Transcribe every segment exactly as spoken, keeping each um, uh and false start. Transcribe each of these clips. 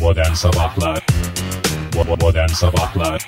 Modern Sabahlar Modern Sabahlar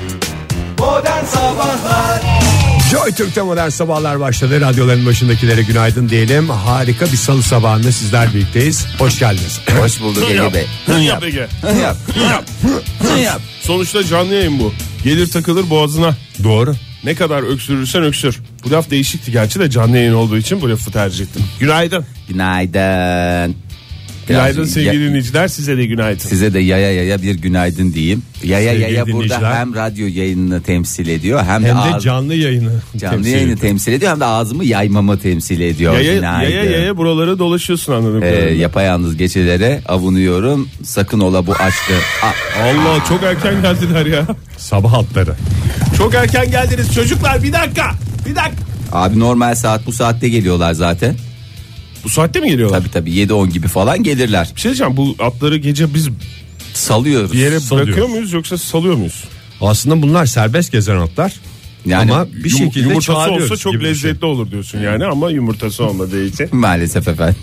Modern Sabahlar Joy Türk'te Modern Sabahlar başladı. Radyoların başındakilere günaydın diyelim. Harika bir salı sabahında sizler birlikteyiz. Hoş geldiniz. Hoş bulduk Ege Bey. Hı yap Ege. Hı yap. Hı yap. Hı yap. Sonuçta canlı yayın bu. Gelir takılır boğazına. Doğru. Ne kadar öksürürsen öksür. Bu laf değişikti gerçi de canlı yayın olduğu için bu lafı tercih ettim. Günaydın. Günaydın. Günaydın Biraz- sevgili ya- dinleyiciler, size de günaydın. Size de yaya yaya bir günaydın diyeyim. Yaya Sevgili yaya burada dinleyiciler. hem radyo yayınını temsil ediyor hem, Hem de, de ağız- canlı yayını. canlı temsil yayını ediyor. temsil ediyor hem de ağzımı yaymamı temsil ediyor. Yaya, Günaydın. yaya yaya buraları dolaşıyorsun anladım. Ee, yapayalnız gecelere avunuyorum. Sakın ola bu aşkı. A- Allah, çok erken geldiler ya. Sabah hatları. Çok erken geldiniz çocuklar, bir dakika. Bir dakika. Abi normal saat bu saatte geliyorlar zaten. Bu saatte mi geliyorlar? Tabii tabii yedi on gibi falan gelirler. Bir şey diyeceğim, bu atları gece biz Salıyoruz. bir yere Salıyoruz. bırakıyor muyuz yoksa salıyor muyuz? Aslında bunlar serbest gezen atlar. Yani ama bir Yum- şekilde yumurtası çağırıyoruz olsa çok gibi bir lezzetli şey. olur diyorsun yani, ama yumurtası olmadığı için. maalesef efendim.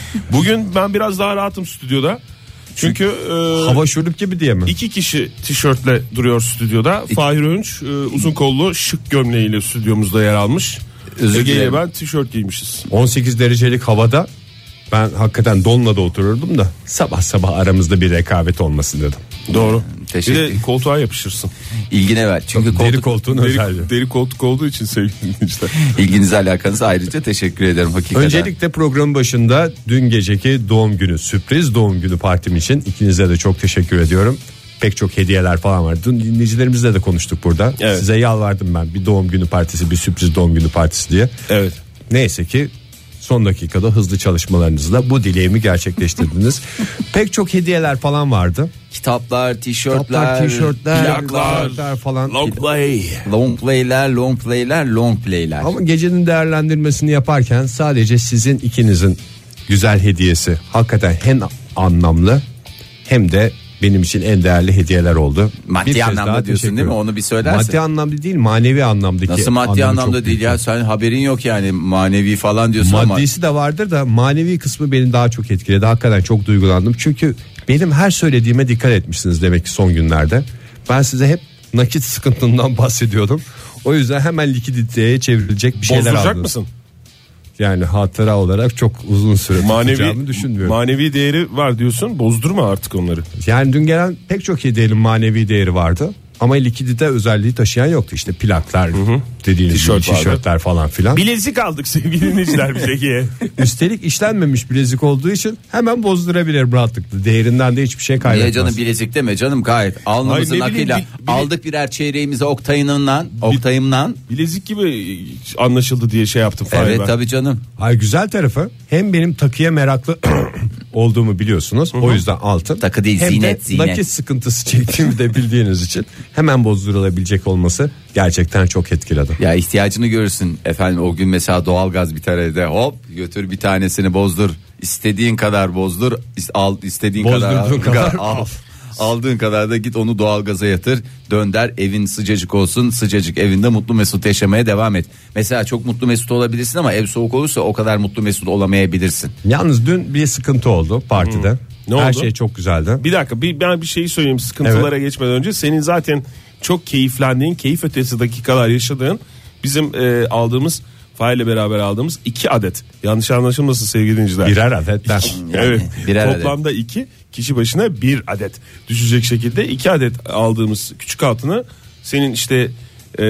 Bugün ben biraz daha rahatım stüdyoda. Çünkü e, Hava şurup gibi diye mi? iki kişi tişörtle duruyor stüdyoda. Fahir Öğünç e, uzun kollu şık gömleğiyle stüdyomuzda yer almış. Özür Ege ile dilerim. ben tişört giymişiz. on sekiz derecelik havada ben hakikaten donla da otururdum da sabah sabah aramızda bir rekabet olmasın dedim. Doğru. Teşekkür Bir ederim. de koltuğa yapışırsın. İlgine ver. Çünkü Deri koltuk, koltuğun özelliği. Deri, deri koltuk olduğu için sevgili dinleyiciler. ilginize alakanıza ayrıca teşekkür ederim hakikaten. Öncelikle programın başında dün geceki doğum günü, sürpriz doğum günü partim için ikinize de çok teşekkür ediyorum. Pek çok hediyeler falan var. Dün dinleyicilerimizle de konuştuk burada. Evet. Size yalvardım ben, bir doğum günü partisi, bir sürpriz doğum günü partisi diye. Evet. Neyse ki son dakikada hızlı çalışmalarınızla bu dileğimi gerçekleştirdiniz. Pek çok hediyeler falan vardı. Kitaplar, tişörtler, Kitaplar, tişörtler, plaklar, plaklar falan. Long play. long play'ler, long play'ler, long play'ler. Ama gecenin değerlendirmesini yaparken sadece sizin ikinizin güzel hediyesi hakikaten hem anlamlı hem de benim için en değerli hediyeler oldu. Bir Maddi kez anlamda daha diyorsun teşekkür değil mi? ederim. Onu bir söylersin. Maddi anlamda değil, manevi anlamdaki. Nasıl maddi anlamı anlamda çok değil büyük. ya, sen haberin yok yani, manevi falan diyorsun ama. Maddisi de vardır da manevi kısmı beni daha çok etkiledi. Hakikaten çok duygulandım. Çünkü benim her söylediğime dikkat etmişsiniz demek ki son günlerde. Ben size hep nakit sıkıntından bahsediyordum. O yüzden hemen likiditeye çevrilecek bir şeyler Bozduracak aldınız. mısın? Yani hatıra olarak çok uzun süre tutacağımı Manevi, düşünmüyorum. manevi değeri var diyorsun, bozdurma artık onları. Yani dün gelen pek çok hediyenin manevi değeri vardı. Ama likidite özelliği taşıyan yoktu. İşte plaklar, dediğiniz Tişört gibi tişörtler falan filan. Bilezik aldık sevgili dinleyiciler biz Ege'ye. Üstelik işlenmemiş bilezik olduğu için hemen bozdurabilir rahatlıkla. Değerinden de hiçbir şey Niye kaybetmez. canım, bilezik deme canım, gayet alnımızın Hayır, ne bileyim, akıyla bil- bile- aldık birer çeyrağımızı oktayından, oktayımdan. Bilezik gibi anlaşıldı diye şey yaptım. Fahir Evet ben. tabii canım. Hayır, güzel tarafı hem benim takıya meraklı olduğumu biliyorsunuz. O yüzden altın. Takı değil, hem zinet, de zinet. nakit sıkıntısı çektiğimi de bildiğiniz için hemen bozdurulabilecek olması gerçekten çok etkiledi. Ya ihtiyacını görürsün efendim, o gün mesela doğalgaz biter evde, hop götür bir tanesini bozdur, istediğin kadar bozdur, is- al istediğin kadar, Bozdurduğun kadar al. al. Aldığın kadar da git onu doğalgaza yatır, dönder, evin sıcacık olsun, sıcacık evinde mutlu mesut yaşamaya devam et. Mesela çok mutlu mesut olabilirsin ama ev soğuk olursa o kadar mutlu mesut olamayabilirsin. Yalnız dün bir sıkıntı oldu partide. Ne Her oldu? şey çok güzeldi. Bir dakika, bir, ben bir şeyi söyleyeyim sıkıntılara geçmeden önce. Senin zaten çok keyiflendiğin, keyif ötesi dakikalar yaşadığın bizim e, aldığımız, Fahir'le beraber aldığımız iki adet. Yanlış anlaşılmasın sevgili dinleyiciler. Birer adetler. Evet. birer Toplamda iki, kişi başına bir adet düşecek şekilde iki adet aldığımız küçük altını senin işte e,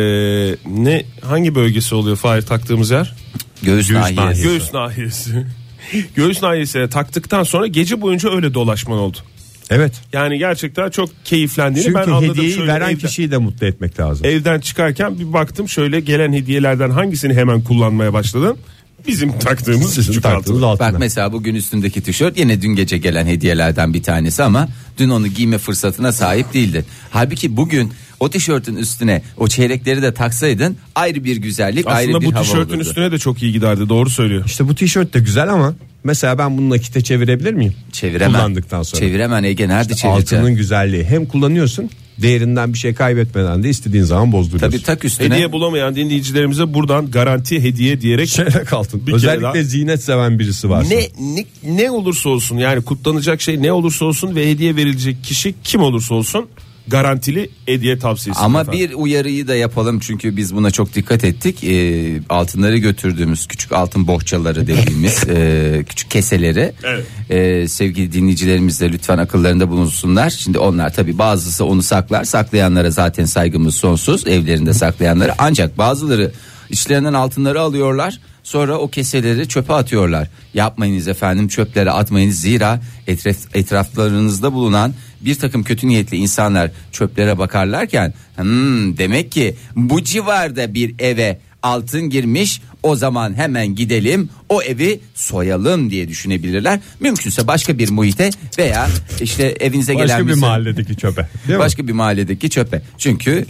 ne hangi bölgesi oluyor Fahir taktığımız yer? Göğüs, Göğüs nahiyesi. nahiyesi. Göğüs nahiyesi. Göğüs nahiyesine taktıktan sonra gece boyunca öyle dolaşman oldu. Evet. Yani gerçekten çok keyiflendiğini ben Çünkü anladım. hediyeyi Şöyle veren evden, kişiyi de mutlu etmek lazım. evden çıkarken bir baktım, şöyle gelen hediyelerden hangisini hemen kullanmaya başladın? Bizim taktığımız Sizin küçük taktığınız altın. altına. Bak mesela bugün üstündeki tişört yine dün gece gelen hediyelerden bir tanesi ama dün onu giyme fırsatına sahip değildin. Halbuki bugün o tişörtün üstüne o çeyrekleri de taksaydın ayrı bir güzellik, ayrı Aslında bir bu hava tişörtün olurdu. üstüne de çok iyi giderdi, doğru söylüyor. İşte bu tişört de güzel ama mesela ben bunu nakite çevirebilir miyim? Çeviremem. Kullandıktan sonra. Çeviremem Ege, nerede İşte çevireceğim? altının güzelliği. Hem kullanıyorsun değerinden bir şey kaybetmeden de istediğin zaman bozduruyorsun. Tabii tak üstüne. Hediye bulamayan dinleyicilerimize buradan garanti hediye diyerek Çeyrek altın. Bir Özellikle kere daha- ziynet seven birisi varsa. ne, ne ne olursa olsun, yani kutlanacak şey ne olursa olsun ve hediye verilecek kişi kim olursa olsun garantili hediye tavsiyesi. Ama efendim. bir uyarıyı da yapalım çünkü biz buna çok dikkat ettik. Ee, altınları götürdüğümüz küçük altın bohçaları dediğimiz e, küçük keseleri Evet. e, sevgili dinleyicilerimiz de lütfen akıllarında bulunsunlar. Şimdi onlar tabii bazısı onu saklar, saklayanlara zaten saygımız sonsuz, evlerinde saklayanlara. Ancak bazıları içlerinden altınları alıyorlar. Sonra o keseleri çöpe atıyorlar. Yapmayınız efendim, çöplere atmayınız. Zira etraf, etraflarınızda bulunan bir takım kötü niyetli insanlar çöplere bakarlarken hmm, demek ki bu civarda bir eve altın girmiş, o zaman hemen gidelim o evi soyalım diye düşünebilirler. Mümkünse başka bir muhite veya işte evinize Başka gelen bir misafir- mahalledeki çöpe. Değil mi? Başka bir mahalledeki çöpe. Çünkü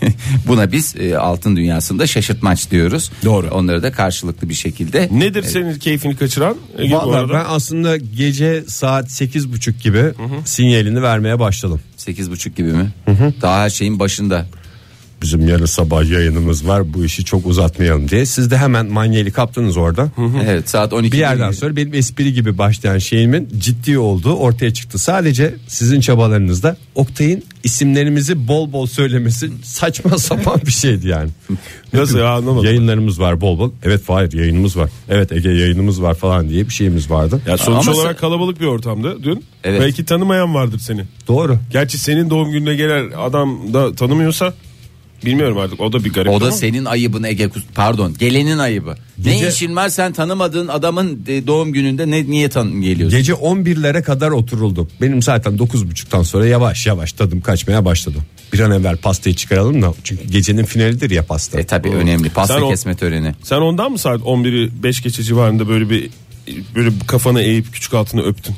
buna biz e, altın dünyasında şaşırtmaç diyoruz. Doğru. Onları da karşılıklı bir şekilde. Nedir senin keyfini kaçıran? Ege, bu Vallahi arada? ben aslında gece saat sekiz buçuk gibi sinyalini vermeye başladım. Sekiz buçuk gibi mi? Daha her şeyin başında. Bizim yarın sabah yayınımız var, bu işi çok uzatmayalım diye. Siz de hemen manyeli kaptınız orada. Evet, saat on iki. Bir yerden sonra benim espri gibi başlayan şeyimin ciddi olduğu ortaya çıktı. Sadece sizin çabalarınızda Oktay'ın isimlerimizi bol bol söylemesi saçma sapan bir şeydi yani. Nasıl ya, anlamadım. Yayınlarımız var bol bol. Evet Fahir yayınımız var. Evet Ege yayınımız var falan diye bir şeyimiz vardı. Ya sonuç Ama olarak sen- kalabalık bir ortamda dün. Evet. Belki tanımayan vardır seni. Doğru. Gerçi senin doğum gününe gelen adam da tanımıyorsa bilmiyorum artık, o da bir garip. O da ama. senin ayıbın Ege, pardon, gelenin ayıbı. Gece- Ne işin var sen tanımadığın adamın e, doğum gününde ne niye tan geliyorsun? Gece on birlere kadar oturuldum. Benim zaten dokuz buçuktan sonra yavaş yavaş tadım kaçmaya başladı. Bir an evvel pastayı çıkaralım da, çünkü gecenin finalidir ya pasta. E tabi önemli pasta Sen o- kesme töreni. Sen ondan mı saat on biri beş geçe civarında böyle bir böyle kafanı eğip küçük altını öptün?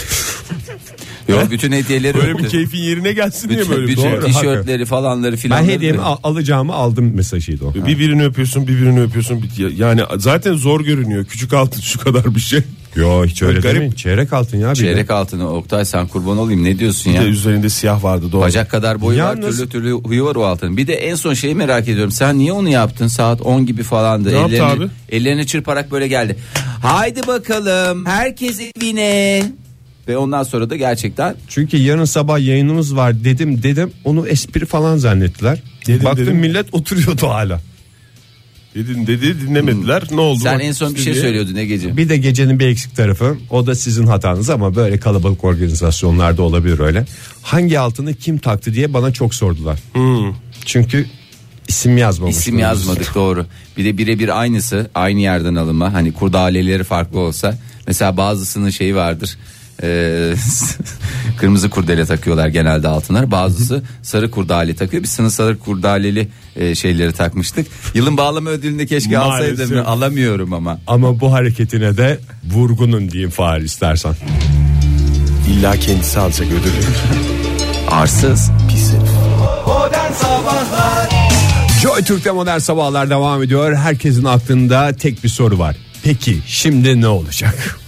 Yok, bütün hediyeleri Böyle bir öptü. keyfin yerine gelsin diye bütün, böyle bir bütün şey. tişörtleri falanları Ben filan. hediyemi al- alacağımı aldım mesajıydı o. Bir birini öpüyorsun, bir birini öpüyorsun. Bir- Yani zaten zor görünüyor. Küçük altın şu kadar bir şey. Yo hiç öyle Garip. demeyin. Çeyrek altın ya. bir de. Çeyrek altını Oktay, sen kurban olayım, ne diyorsun Bir ya? de üzerinde siyah vardı, doğru. Bacak kadar boyu var, Yalnız- türlü türlü huyu var o altının. Bir de en son şeyi merak ediyorum. Sen niye onu yaptın? Saat on gibi falandı. Ne yaptı ellerini, abi? ellerini çırparak böyle geldi. Haydi bakalım herkes evine. Ve ondan sonra da gerçekten Çünkü yarın sabah yayınımız var dedim dedim. Onu espri falan zannettiler. Dedim, Baktım dedim. millet oturuyordu hala. Dedin dedi, dinlemediler. Ne oldu? sen Bak en son bir işte şey diye. söylüyordun ne gece? Bir de gecenin bir eksik tarafı, o da sizin hatanız ama böyle kalabalık organizasyonlarda olabilir öyle. Hangi altını kim taktı diye bana çok sordular. Çünkü isim yazmamıştım. İsim yazmadık, doğru. Bir de birebir aynısı, aynı yerden alınma. Hani kurdaleleri farklı olsa. Mesela bazısının şeyi vardır. Ee, kırmızı kurdele takıyorlar genelde altınlar. Bazısı sarı kurdale takıyor. Biz sana sarı kurdaleli e, şeyleri takmıştık. Yılın bağlama ödülünü de keşke Maalesef. alsaydım. Alamıyorum ama. Ama bu hareketine de vurgunun diyeyim Fahir istersen. İlla kendisi alacak ödülü. Arsız. Pis herif. Modern Sabahlar Joy Türk'te modern sabahlar devam ediyor. Herkesin aklında tek bir soru var. Peki şimdi ne olacak?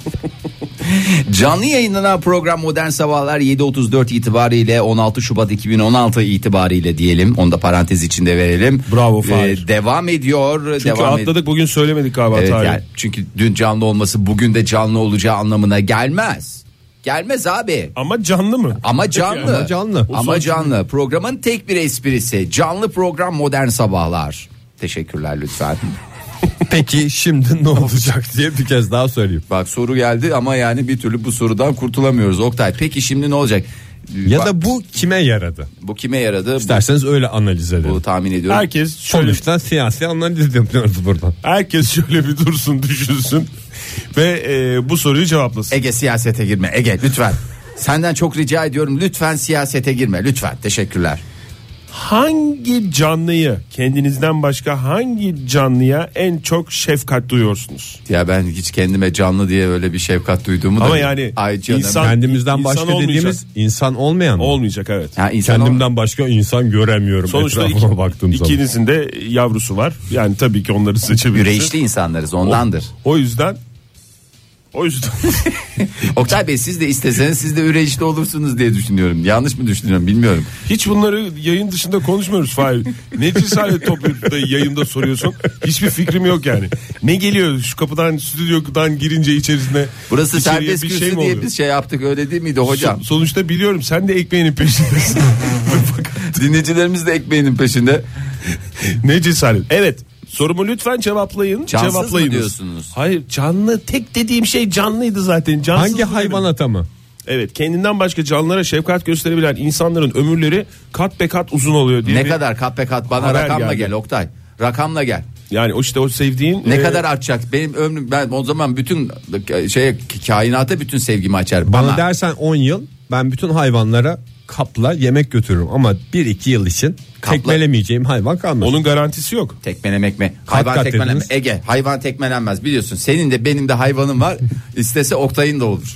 Canlı yayınlanan program Modern Sabahlar yedi otuz dört itibariyle on altı Şubat iki bin on altı itibariyle diyelim. Onu da parantez içinde verelim. Bravo Fahir. Ee, devam ediyor. Çünkü devam ed- atladık, bugün söylemedik galiba. Evet, tarih. yani çünkü dün canlı olması bugün de canlı olacağı anlamına gelmez. Gelmez abi. Ama canlı mı? Ama canlı. Ama canlı. Ama canlı. Programın tek bir esprisi. Canlı program Modern Sabahlar. Teşekkürler lütfen. Peki şimdi ne olacak diye bir kez daha söyleyeyim. Bak soru geldi ama yani bir türlü bu sorudan kurtulamıyoruz Oktay. Peki şimdi ne olacak? Ya Bak, da bu kime yaradı? bu kime yaradı? Bu, İsterseniz öyle analiz edelim. bu tahmin ediyorum. Herkes şöyle, Sonuçta siyasi analiz yapıyoruz buradan. herkes şöyle bir dursun, düşünsün ve e, bu soruyu cevaplasın. Ege siyasete girme. Ege lütfen. Senden çok rica ediyorum, lütfen siyasete girme. Lütfen. Teşekkürler. Hangi canlıyı, kendinizden başka hangi canlıya en çok şefkat duyuyorsunuz? Ya ben hiç kendime canlı diye öyle bir şefkat duyduğumu da. Ama yani Ay canım. insan- Kendimizden İnsan başka olmayacak. dediğimiz insan olmayan mı? Olmayacak, evet. Ha, insan Kendimden başka insan göremiyorum Sonuçta etrafıma iki, baktığım zaman. ikinizin de yavrusu var. Yani tabii ki onları seçebilirsiniz. Yüreğişli insanlarız ondandır. O yüzden O yüzden Oktay Bey siz de isteseniz siz de üreyişli olursunuz diye düşünüyorum. Yanlış mı düşünüyorum bilmiyorum. hiç bunları yayın dışında konuşmuyoruz Fahir. Ne cesaret toplayıp da yayında soruyorsun. Hiçbir fikrim yok yani. Ne geliyor şu kapıdan, stüdyodan girince içerisine? Burası içeriye serbest bir kürsü şey mi diye oluyor? biz şey yaptık öyle değil miydi hocam? So- sonuçta biliyorum sen de ekmeğinin peşindesin. Dinleyicilerimiz de ekmeğinin peşinde. Ne cesaret. Evet. Sorumu lütfen cevaplayın. Cansız mı Cevaplayınız. diyorsunuz? Hayır, canlı. Tek dediğim şey canlıydı zaten. Cansız Hangi mı hayvanata mı? Evet, kendinden başka canlılara şefkat gösterebilen insanların ömürleri kat be kat uzun oluyor diye. Ne bir- kadar kat be kat bana haber rakamla geldi. gel Oktay. Rakamla gel. Yani o işte o sevdiğin Ne e, kadar artacak? Benim ömrüm ben o zaman bütün şeye kainata bütün sevgimi açarım. Bana Ama dersen on yıl ben bütün hayvanlara kapla yemek götürürüm ama bir iki yıl için Kapla- tekmelemeyeceğim hayvan kalmaz. onun garantisi yok. tekmelemek mi? Kat Hayvan kat tekmelenmez. dediniz. Ege hayvan tekmelenmez biliyorsun. Senin de benim de hayvanım var. İstese Oktay'ın da olur.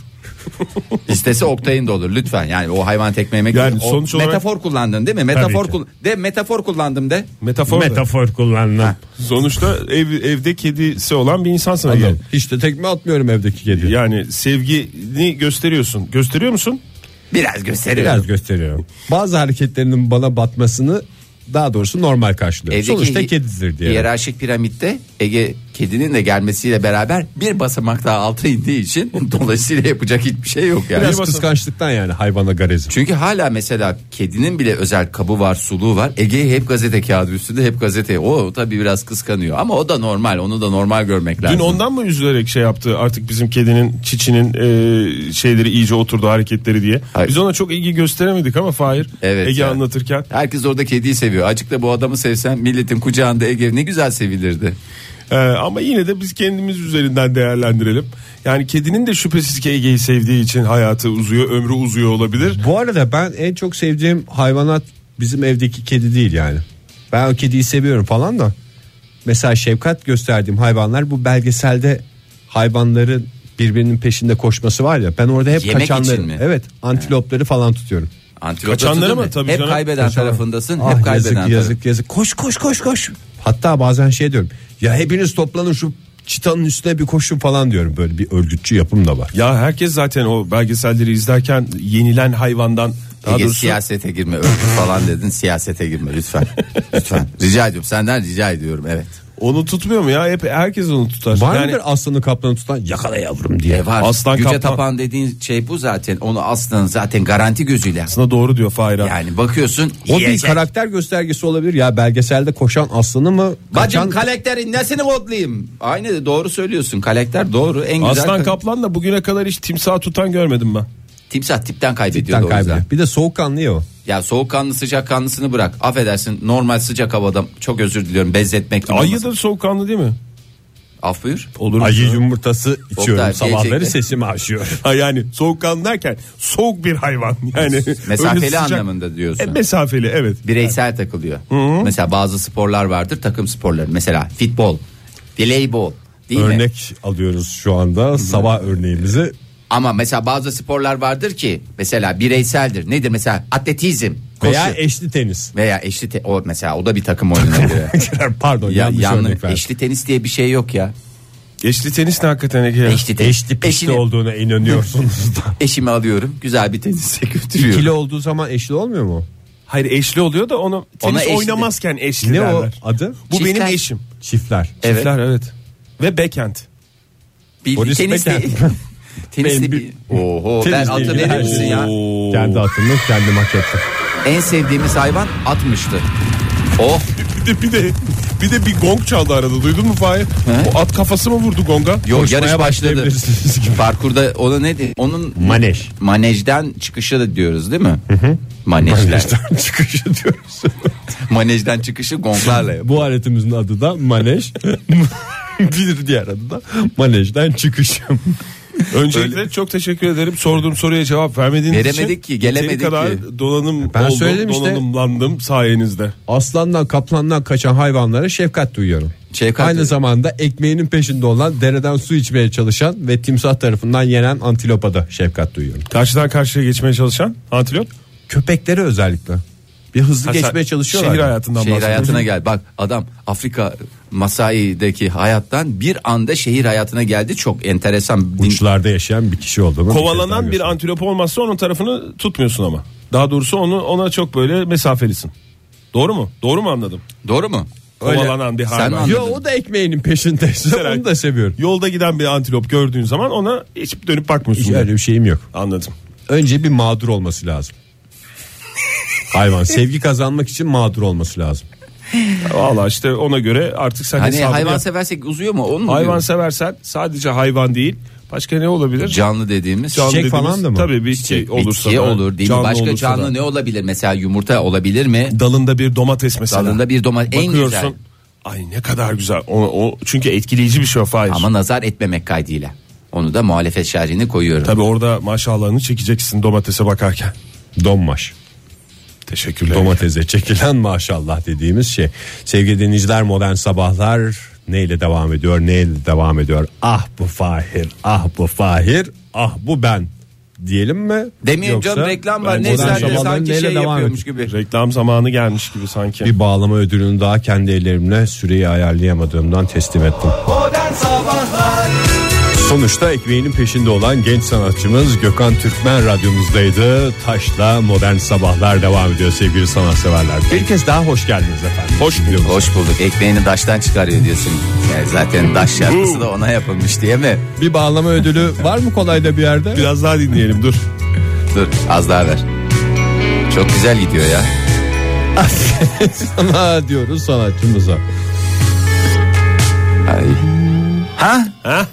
İstese Oktay'ın da olur lütfen. Yani o hayvan tekmelemek. Yani o sonuç olarak- metafor kullandın değil mi? Metafor ki. kul- de metafor kullandım de. Metafor. da. Metafor kullanılan. Sonuçta ev, evde kedisi olan bir insansın. Ege. Adam. Hiç de tekme atmıyorum evdeki kedi. Yani sevgini gösteriyorsun. Gösteriyor musun? Biraz gösteriyorum. Biraz gösteriyorum. Bazı hareketlerinin bana batmasını daha doğrusu normal karşılıyorum. Evdeki Sonuçta hi- kedidir diye. Hiyerarşik piramitte Ege kedinin de gelmesiyle beraber bir basamak daha alta indiği için dolayısıyla yapacak hiçbir şey yok yani. Biraz Bir kıskançlıktan yani hayvana garezi. Çünkü hala mesela kedinin bile özel kabı var, suluğu var. Ege hep gazete kağıdı üstünde, hep gazete. O tabii biraz kıskanıyor ama o da normal. Onu da normal görmek lazım. Dün ondan mı üzülerek şey yaptı artık bizim kedinin çiçinin e, şeyleri iyice oturdu hareketleri diye. Hayır. Biz ona çok ilgi gösteremedik ama Fahir Evet Ege ya. anlatırken. Herkes orada kediyi seviyor. Azıcık da bu adamı sevsen milletin kucağında Ege ne güzel sevilirdi. Ee, ama yine de biz kendimiz üzerinden değerlendirelim. Yani kedinin de şüphesiz ki Ege'yi sevdiği için hayatı uzuyor, ömrü uzuyor olabilir. Bu arada ben en çok sevdiğim hayvanat bizim evdeki kedi değil yani. Ben o kediyi seviyorum falan da. Mesela şefkat gösterdiğim hayvanlar bu belgeselde hayvanların birbirinin peşinde koşması var ya. Ben orada hep Yemek kaçanları, için mi? evet, antilopları falan tutuyorum. Antilop Kaçanları atılır mı? Tabii Hep canım. kaybeden Kaçan- tarafındasın. Ah, hep kaybeden yazık taraf. yazık yazık. Koş koş koş koş. Hatta bazen şey diyorum. Ya hepiniz toplanın şu çitanın üstüne bir koşun falan diyorum. Böyle bir örgütçü yapım da var. Ya herkes zaten o belgeselleri izlerken yenilen hayvandan daha Ege doğrusu siyasete girme örgüt falan dedin, siyasete girme lütfen. Lütfen. Rica ediyorum. Senden rica ediyorum. Evet. onu tutmuyor mu ya? Hep herkes onu tutar. Var yani mıdır aslanı kaplanı tutan yakala yavrum diye. E var. Aslan Güce kaplan. tapan dediğin şey bu zaten. Onu aslanın zaten garanti gözüyle. aslında doğru diyor Fahir abi. Yani bakıyorsun O bir yiyecek. karakter göstergesi olabilir ya, belgeselde koşan aslanı mı? Bacım Kaçan... karakterin nesini kodlayayım? Aynı doğru söylüyorsun. Karakter doğru. En güzel. Aslan ka- kaplan da bugüne kadar hiç timsah tutan görmedim ben. Timsah tipten kaybediyor Tipten o yüzden. kaybediyor. Bir de soğukkanlı ya o. Ya soğukkanlı sıcakkanlısını bırak. Affedersin normal sıcak havada çok özür diliyorum benzetmek. Ayı da soğukkanlı değil mi? Af buyur. Olur mu? Ayı yumurtası içiyorum Oktay, sabahları, gelecekte- sesimi aşıyor. Ha yani soğukkanlı derken soğuk bir hayvan. Yani Mesafeli öyle sıcak- anlamında diyorsun. E, mesafeli evet. Bireysel takılıyor. Mesela bazı sporlar vardır takım sporları. Mesela futbol, voleybol değil mi? Örnek alıyoruz şu anda sabah örneğimizi. Ama mesela bazı sporlar vardır ki mesela bireyseldir. Nedir mesela atletizm, koşu Veya veya, eşli tenis. eşli te- o mesela o da bir takım oyununa göre. Pardon ya, yanlış yanlış örnek verdim. eşli tenis diye bir şey yok ya. Eşli tenis ne hakikaten Ege ya? Eşli tenis. Eşli pişli Eşini- olduğuna inanıyorsunuz da. Eşimi alıyorum güzel bir tenise götürüyorum. İkili olduğu zaman eşli olmuyor mu? Hayır eşli oluyor da onu tenis eşli- oynamazken eşli Ne derler. o adı? Bu Çiftler. benim eşim. Çiftler. Evet. Çiftler evet. Ve backhand. Bir, Boris tenis Becker. değil. Tenis Benim de bir- bir... Oho ben Tenisle atı ilgili verir her misin şey. ya? Oo. Kendi atımı kendim hak ettim. En sevdiğimiz hayvan atmıştı. Oh Bir de bir de bir de bir gong çaldı arada. Duydun mu Fahir? O at kafası mı vurdu gonga? yok Koşmaya yarış başladı. başlayabilirsiniz gibi. Parkurda ona ne? Onun Manej. manejden çıkışı da diyoruz değil mi? Manejler. Manejden çıkışı diyoruz. Manejden çıkışı gonglarla yapıyor. Bu aletimizin adı da manej. Bir diğer adı da manejden çıkışım. Öncelikle çok teşekkür ederim. Sorduğum soruya cevap vermediğiniz için. Veremedik ki, gelemedik yeteri kadar ki. donanım Ben oldum, söyledim işte. donanımlandım sayenizde. Aslandan kaplandan kaçan hayvanlara şefkat duyuyorum. Şefkat Aynı duy- zamanda ekmeğinin peşinde olan, dereden su içmeye çalışan ve timsah tarafından yenen antilopa da şefkat duyuyorum. Karşıdan karşıya geçmeye çalışan antilop. Köpekleri özellikle. Bir hızlı Ha, geçmeye sen çalışıyorlar. Şehir yani. hayatından Şehir bahsediyorsun. hayatına gel. Bak adam Afrika Masai'deki hayattan bir anda şehir hayatına geldi. Çok enteresan. Uçlarda yaşayan bir kişi olduğunu. Kovalanan bir antilop olmazsa onun tarafını tutmuyorsun ama. Daha doğrusu onu ona çok böyle mesafelisin. Doğru mu? Doğru mu anladım? Doğru mu? Kovalanan bir Sen hayvan. anladın. Yo, o da ekmeğinin peşindeyse Mesela onu da seviyorum. Yolda giden bir antilop gördüğün zaman ona hiç dönüp bakmıyorsun. Hiç öyle bir şeyim yok. Anladım. Önce bir mağdur olması lazım. Hayvan sevgi kazanmak için mağdur olması lazım. Valla işte ona göre artık sen Hani hesabını hayvan yap. seversek uzuyor mu? Onu mu Hayvan diyorsun? seversen sadece hayvan değil. Başka ne olabilir? Canlı dediğimiz. Canlı Çiçek dediğimiz, falan da mı? Tabii bir şey olursa Bitki da, olur değil mi? canlı Başka olursa canlı da. ne olabilir? Mesela yumurta olabilir mi? Dalında bir domates mesela. Dalında bir domates en Bakıyorsun, güzel. ay ne kadar güzel. O, o çünkü etkileyici bir şey o Fahir. Ama nazar etmemek kaydıyla. Onu da muhalefet şerhine koyuyorum. Tabii orada maşallahını çekeceksin domatese bakarken. Donmaş. Teşekkürler. Domatese çekilen maşallah dediğimiz şey. Sevgili dinleyiciler, modern sabahlar neyle devam ediyor? Neyle devam ediyor? Ah bu Fahir, ah bu Fahir, ah bu ben diyelim mi? Demeyelim canım, Yoksa reklam var. ben Ne modern sen de sabahların sanki neyle şey devam yapıyormuş ediyor? gibi. Reklam zamanı gelmiş gibi sanki. Bir bağlama ödülünü daha kendi ellerimle süreyi ayarlayamadığımdan teslim ettim. Modern Sabahlar Sonuçta ekmeğinin peşinde olan genç sanatçımız Gökhan Türkmen radyomuzdaydı. Taş'la modern sabahlar devam ediyor sevgili sanatseverler. Bir kez daha hoş geldiniz efendim. Hoş bulduk. Hoş bulduk. Ekmeğini daştan çıkarıyor diyorsun. Yani zaten daş şarkısı da ona yapılmış diye mi? Bir bağlama ödülü var mı kolayda bir yerde? Biraz daha dinleyelim dur. Dur az daha ver. Çok güzel gidiyor ya. Sana diyoruz sanatçımıza. Ay. Ha? Ha?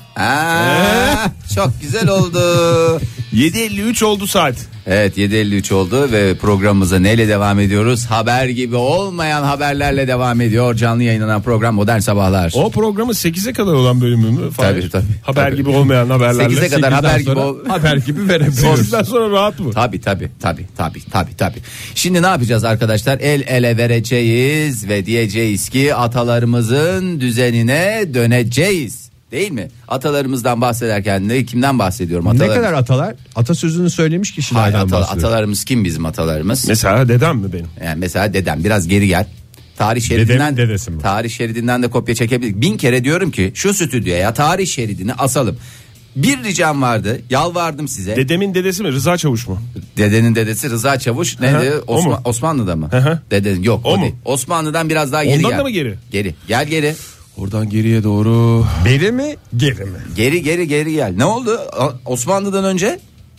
Aa, çok güzel oldu. yedi elli üç oldu saat. Evet yedi elli üç oldu ve programımıza neyle devam ediyoruz? Haber gibi olmayan haberlerle devam ediyor. Canlı yayınlanan program Modern Sabahlar. O programın sekize kadar olan bölümü mü? Fahir? Tabii, tabii. Haber Tabii. gibi olmayan haberlerle. sekize kadar haber gibi ol- haber gibi verebiliyoruz. sekizden sonra rahat mı? Tabi tabi tabi tabi tabi tabi. Şimdi ne yapacağız arkadaşlar? El ele vereceğiz ve diyeceğiz ki atalarımızın düzenine döneceğiz. Değil mi? Atalarımızdan bahsederken de kimden bahsediyorum? Ne Atalarımız. kadar atalar? Atasözünü söylemiş Hayır, kişilerden ata- bahsediyor. atalarımız kim bizim atalarımız? Mesela dedem mi benim? Yani mesela dedem biraz geri gel. Tarih şeridinden Dedemin dedesi mi? tarih şeridinden de kopya çekebilir. Bin kere diyorum ki şu stüdyoya tarih şeridini asalım. Bir ricam vardı. Yalvardım size. Dedemin dedesi mi? Rıza Çavuş mu? Dedenin dedesi Rıza Çavuş neydi? Hı hı, o Osman, mu? Osmanlı'da mı? Hı hı. Dedenin yok o, O mu? değil. Osmanlı'dan biraz daha geri Ondan gel. da mı geri? Geri. Gel geri. Oradan geriye doğru. Beri mi geri mi? Geri geri geri gel. Ne oldu? A- Osmanlı'dan önce?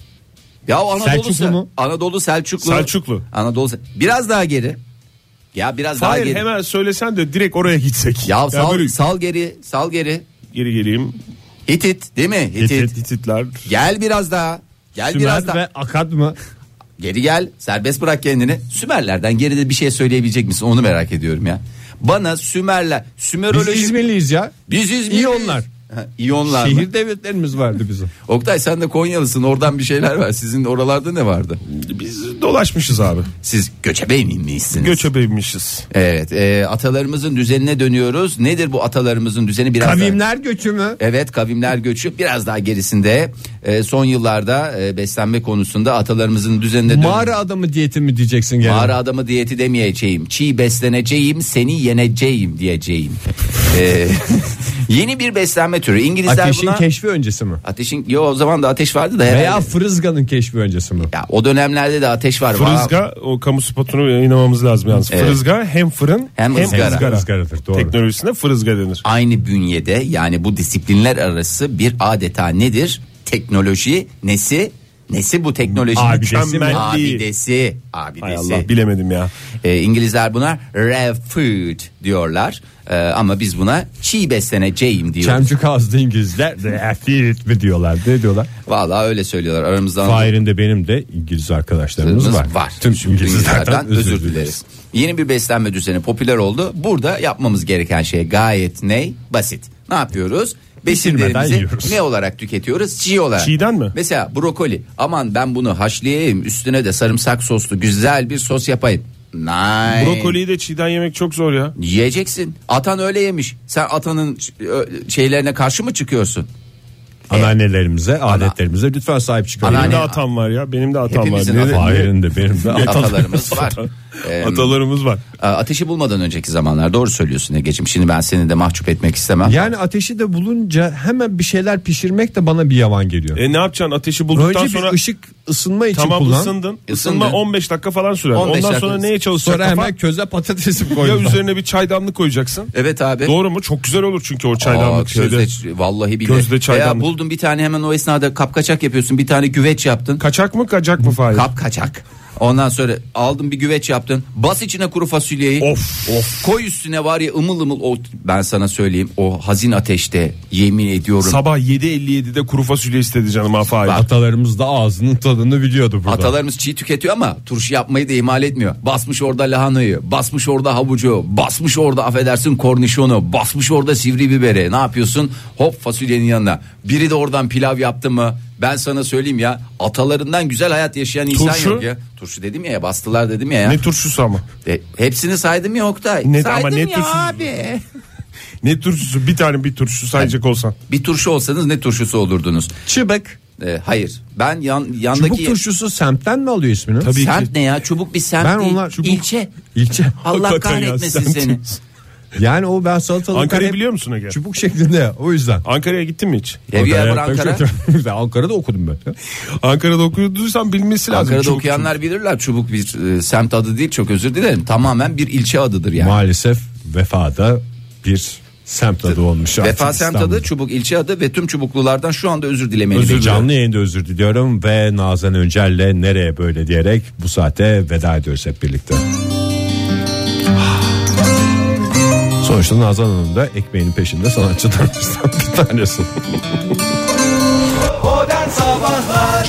Ya Anadolu Selçuklu Sel- mu? Anadolu Selçuklu. Selçuklu. Anadolu Sel- biraz daha geri. Ya biraz daha Hayır geri. hemen söylesen de direkt oraya gitsek. Ya Yani sal, böyle sal geri, sal geri. geri geleyim. Hitit değil mi? Hitit. Hitit, Hititler. Gel biraz daha. Gel biraz Sümer daha. ve Akad mı? Geri gel. Serbest bırak kendini. Sümerlerden geride bir şey söyleyebilecek misin? Onu merak ediyorum ya. Bana Sümerler, Biz Sümeroloji. İzmirliyiz ya. Biz İzmirliyiz. İyonlar. Ha, İyonlar mı? Şehir devletlerimiz vardı bizim. Oktay sen de Konyalısın. Oradan bir şeyler var. Sizin oralarda ne vardı? Biz dolaşmışız abi. Siz göçebe miymişsiniz? Göçebeymişiz. Evet. E, atalarımızın düzenine dönüyoruz. Nedir bu atalarımızın düzeni? Biraz daha- Kavimler göçü mü? Evet, kavimler göçü biraz daha gerisinde e, son yıllarda e, beslenme konusunda atalarımızın düzenine dönüyoruz. Mağara adamı diyeti mi diyeceksin gene? Mağara adamı diyeti demeyeceğim. Çiğ besleneceğim, seni yeneceğim diyeceğim. Ee, yeni bir beslenme türü. İngilizler Ateşin buna... keşfi öncesi mi? Ateşin... Yo o zaman da ateş vardı da herhalde. Veya Fırızga'nın keşfi öncesi mi? Ya, o dönemlerde de ateş var. Fırızga o kamu spotunu yayınlamamız lazım yalnız. Evet. Fırızga hem fırın Hem hem, ızgara. ızgara. Izgaradır, doğru. Teknolojisine fırızga denir. Aynı bünyede yani bu disiplinler arası bir adeta nedir? Teknoloji nesi? Nesi bu teknoloji? Abidesi mi? Mükemmelliği. Abidesi. Hay Abidesi. Allah bilemedim ya. Ee, İngilizler buna raw food diyorlar. Ee, ama biz buna çiğ besleneceğim diyoruz. Çemçük ağızlı İngilizler refit mi diyorlar? Ne diyorlar? Vallahi öyle söylüyorlar. Aramızdan Fahir'in de benim de İngiliz arkadaşlarımız var. var. Tüm İngilizlerden İngilizlerden özür dileriz. Yeni bir beslenme düzeni popüler oldu. Burada yapmamız gereken şey gayet ne? Basit. Ne yapıyoruz? Pişirmeden Besinlerimizi yiyoruz. ne olarak tüketiyoruz? Çiğ olarak. Çiğden mi? Mesela brokoli. Aman ben bunu haşlayayım. Üstüne de sarımsak soslu güzel bir sos yapayım. Nein. Brokoliyi de çiğden yemek çok zor ya. Yiyeceksin. Atan öyle yemiş. Sen atanın şeylerine karşı mı çıkıyorsun? Anneannelerimize, adetlerimize lütfen sahip çıkalım. Benim de Anneanne- hatam var ya. Benim de hatam Hepimizin var. hatası. Fahir'in de benim de Atalarımız var. Ee, Atalarımız var. Ateşi bulmadan önceki zamanlar doğru söylüyorsun Ege'ciğim. Şimdi ben seni de mahcup etmek istemem. Yani ateşi de bulunca hemen bir şeyler pişirmek de bana bir yavan geliyor. E ne yapacaksın ateşi bulduktan Önce sonra bir ışık ısınma için tamam kullan. ısındın. Isındın. Isınma on beş dakika falan sürer. on beş Ondan dakika. sonra neye çalışacak Sonra kafa? hemen köze patatesim Ya koydum. üzerine bir çaydanlık koyacaksın. Evet abi. Doğru mu? Çok güzel olur çünkü o Aa, çaydanlık közde, şeyde. vallahi bile. Közde Veya çaydanlık. buldun bir tane hemen o esnada kapkaçak yapıyorsun. Bir tane güveç yaptın. Kaçak mı kaçak mı Fahir? Kapkaçak. Ondan sonra aldın bir güveç yaptın. Bas içine kuru fasulyeyi. Of. Of. Koy üstüne var ya ımıl ımıl. O, ben sana söyleyeyim o hazin ateşte yemin ediyorum. Sabah yedi elli yedide kuru fasulye istedi canım ha Fahir. Atalarımız da ağzının tadını biliyordu burada. Atalarımız çiğ tüketiyor ama turşu yapmayı da ihmal etmiyor. Basmış orada lahanayı, basmış orada havucu, basmış orada affedersin kornişonu, basmış orada sivri biberi. Ne yapıyorsun? Hop fasulyenin yanına. Biri de oradan pilav yaptı mı? Ben sana söyleyeyim ya, atalarından güzel hayat yaşayan insan Turşu? yok ya. Turşu dedim ya, ya bastılar dedim ya. ya. Ne turşusu ama? E, hepsini saydım ya Oktay. Ne- saydım ama ne ya turşusu? abi. Ne turşusu? Bir tane bir turşu sayacak olsan. Bir turşu olsanız ne turşusu olurdunuz? Çıbık. E, hayır. Ben yan, yandaki... Çubuk turşusu semtten mi alıyor ismini? Tabii Semt ki. ne ya? Çubuk bir semt Ben değil. onlar- Çubuk- İlçe. İlçe. Allah Hakikaten ya, kahretmesin semt seni. diyorsun. Yani o ben salatalıktan Ankara'yı hep biliyor musun Ege? çubuk şeklinde o yüzden. Ankara'ya gittin mi hiç? Have you ever Ankara'ya- Ankara? Ankara'da okudum ben. Ankara'da okuduysan bilmesi lazım. Ankara'da Çubuk okuyanlar bilirler. Çubuk bir e, semt adı değil, çok özür dilerim. Tamamen bir ilçe adıdır yani. Maalesef Vefa'da bir semt adı olmuş. artık Vefa semt İstanbul'da. adı, Çubuk ilçe adı ve tüm çubuklulardan şu anda özür dilemeyi Özür bekliyorum. canlı yayında özür diliyorum ve Nazan Öncel'le nereye böyle diyerek bu saate veda ediyoruz hep birlikte. Sonuçta Nazan Hanım da ekmeğinin peşinde sanatçılarımızdan bir tanesi. Modern Sabahlar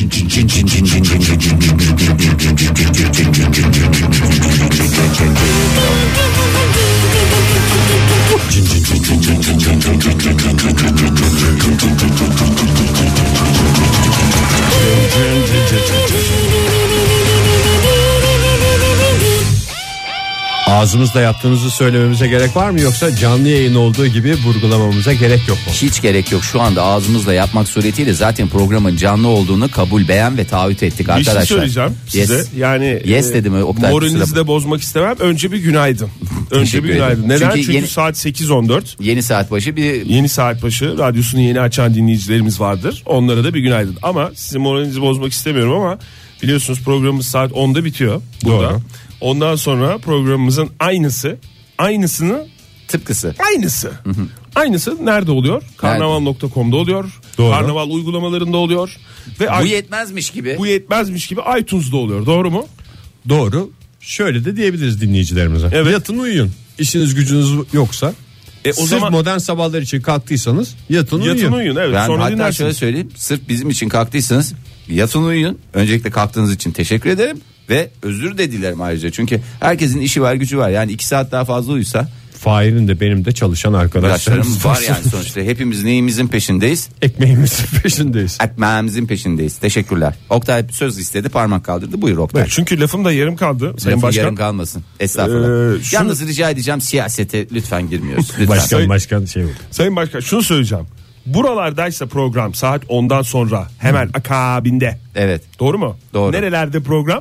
Ağzımızla yaptığımızı söylememize gerek var mı, yoksa canlı yayın olduğu gibi vurgulamamıza gerek yok mu? Hiç gerek yok, şu anda ağzımızla yapmak suretiyle zaten programın canlı olduğunu kabul, beğen ve taahhüt ettik Bir şey arkadaşlar. söyleyeceğim size. Yes. Yani Yes e, dedim, Oktay, moralinizi kusura- de bozmak istemem. Önce bir günaydın. Önce Teşekkür bir günaydın. ederim. Neden? Çünkü Çünkü, yeni- saat sekiz on dört. Yeni saat başı bir Yeni saat başı radyosunu yeni açan dinleyicilerimiz vardır. Onlara da bir günaydın. Ama sizin moralinizi bozmak istemiyorum ama biliyorsunuz programımız saat onda bitiyor burada. Doğru. Ondan sonra programımızın aynısı, aynısını tıpkısı. aynısı. Aynısı nerede oluyor? karnaval nokta com'da oluyor. Doğru. Karnaval uygulamalarında oluyor. Ve Bu ay- yetmezmiş gibi. bu yetmezmiş gibi iTunes'da oluyor. Doğru mu? Doğru. Şöyle de diyebiliriz dinleyicilerimize. Evet. Yatın uyuyun. İşiniz gücünüz yoksa. E, o Sırf zaman modern sabahlar için kalktıysanız yatın, yatın uyuyun. uyuyun. Evet. Ben Sonra hatta dinlersiniz. şöyle söyleyeyim, sırf bizim için kalktıysanız yatın uyuyun. Öncelikle kalktığınız için teşekkür ederim ve özür de dilerim ayrıca. Çünkü herkesin işi var, gücü var. Yani iki saat daha fazla uyusa Fahir'in de benim de çalışan arkadaşlarımız arkadaşlarım var yani sonuçta. Hepimiz neyimizin peşindeyiz? Ekmeğimizin peşindeyiz. Ekmeğimizin peşindeyiz. Teşekkürler. Oktay söz istedi, parmak kaldırdı. Buyur Oktay. Evet, çünkü lafım da yarım kaldı Sayın Lafı Başkan. yarım kalmasın. Estağfurullah. Ee, şunu- Yalnız rica edeceğim, siyasete lütfen girmiyoruz. Lütfen. Başkan başkan şey oldu. Sayın Başkan şunu söyleyeceğim. Buralardaysa program saat ondan sonra hemen akabinde. Evet. Doğru mu? Doğru. Nerelerde program?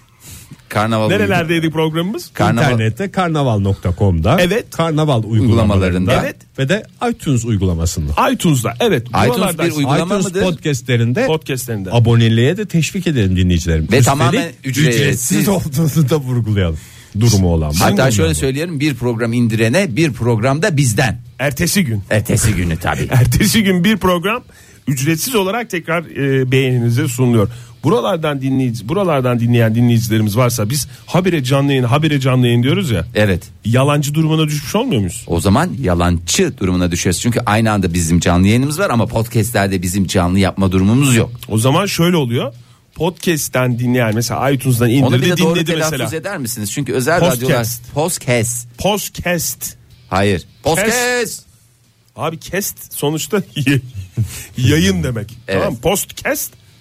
Karnaval Nerelerdeydi programımız? Karnaval. İnternette karnaval nokta com'da. Evet. Karnaval Uygulamalarında. uygulamalarında. Evet. Ve de iTunes uygulamasında. iTunes'da. Evet. iTunes buralardaysa- bir uygulama iTunes mıdır? podcastlerinde Podcastlerinde. aboneliğe de teşvik edelim dinleyicilerim. Ve Üstelik tamamen ücretsiz. ücretsiz olduğunu da vurgulayalım. Durumu olan. Hatta şöyle söyleyelim, bir program indirene bir program da bizden. Ertesi gün. Ertesi günü tabii. Ertesi gün bir program ücretsiz olarak tekrar e, beğeninize sunuluyor. Buralardan dinleyici, buralardan dinleyen dinleyicilerimiz varsa biz habire canlı yayın, habire canlı yayın diyoruz ya. Evet. Yalancı durumuna düşmüş olmuyor muyuz? O zaman yalancı durumuna düşüyoruz. Çünkü aynı anda bizim canlı yayınımız var ama podcastlerde bizim canlı yapma durumumuz yok. O zaman şöyle oluyor. Podcast'ten dinleyen mesela iTunes'dan Onu bir indirdi de doğru dinledi telaffuz mesela. eder misiniz? Çünkü özel Podcast. radyolar podcast. Podcast. Hayır. Podcast. Abi cast sonuçta yayın demek. Evet. Tamam, podcast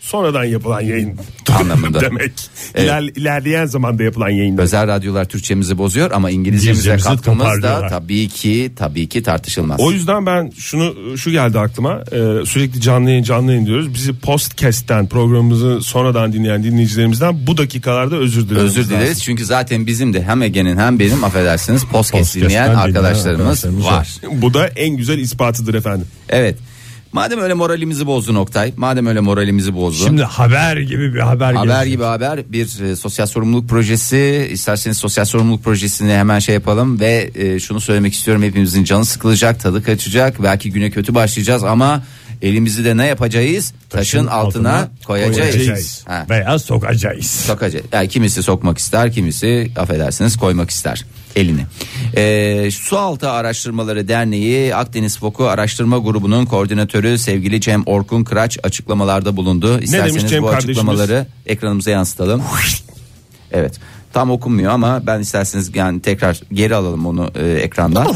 sonradan yapılan yayın Anlamında. demek. Evet. İler, ilerleyen zamanda yapılan yayın. Özel radyolar Türkçemizi bozuyor ama İngilizcemize İngilizcemizi katkımız da toparlıyorlar. tabii ki tabii ki tartışılmaz. O yüzden ben şunu şu geldi aklıma, ee, sürekli canlı yayın canlı yayın diyoruz. Bizi podcast'ten, programımızı sonradan dinleyen dinleyicilerimizden bu dakikalarda özür dileriz. Özür dileriz çünkü zaten bizim de hem Ege'nin hem benim affedersiniz podcast Podcast'ten dinleyen dinleyen arkadaşlarımız arkadaşlarımız var. Bu da en güzel ispatıdır efendim. Evet. Madem öyle moralimizi bozdun Oktay. Madem öyle moralimizi bozdun. Şimdi haber gibi bir haber Haber gelecek. gibi haber bir e, sosyal sorumluluk projesi. İsterseniz sosyal sorumluluk projesini hemen şey yapalım ve e, şunu söylemek istiyorum, hepimizin canı sıkılacak, tadı kaçacak, belki güne kötü başlayacağız ama elimizi de ne yapacağız? Taşın, Taşın altına, altına koyacağız. koyacağız. Ha. Veya sokacağız. Sokacağız. Yani kimisi sokmak ister, kimisi affedersiniz koymak ister elini. Ee, Sualtı Araştırmaları Derneği Akdeniz Foku Araştırma Grubu'nun koordinatörü sevgili Cem Orkun Kıraç açıklamalarda bulundu. İsterseniz Cem bu kardeşimiz? açıklamaları ekranımıza yansıtalım. Evet. Tam okunmuyor ama ben isterseniz yani tekrar geri alalım onu e, ekrandan.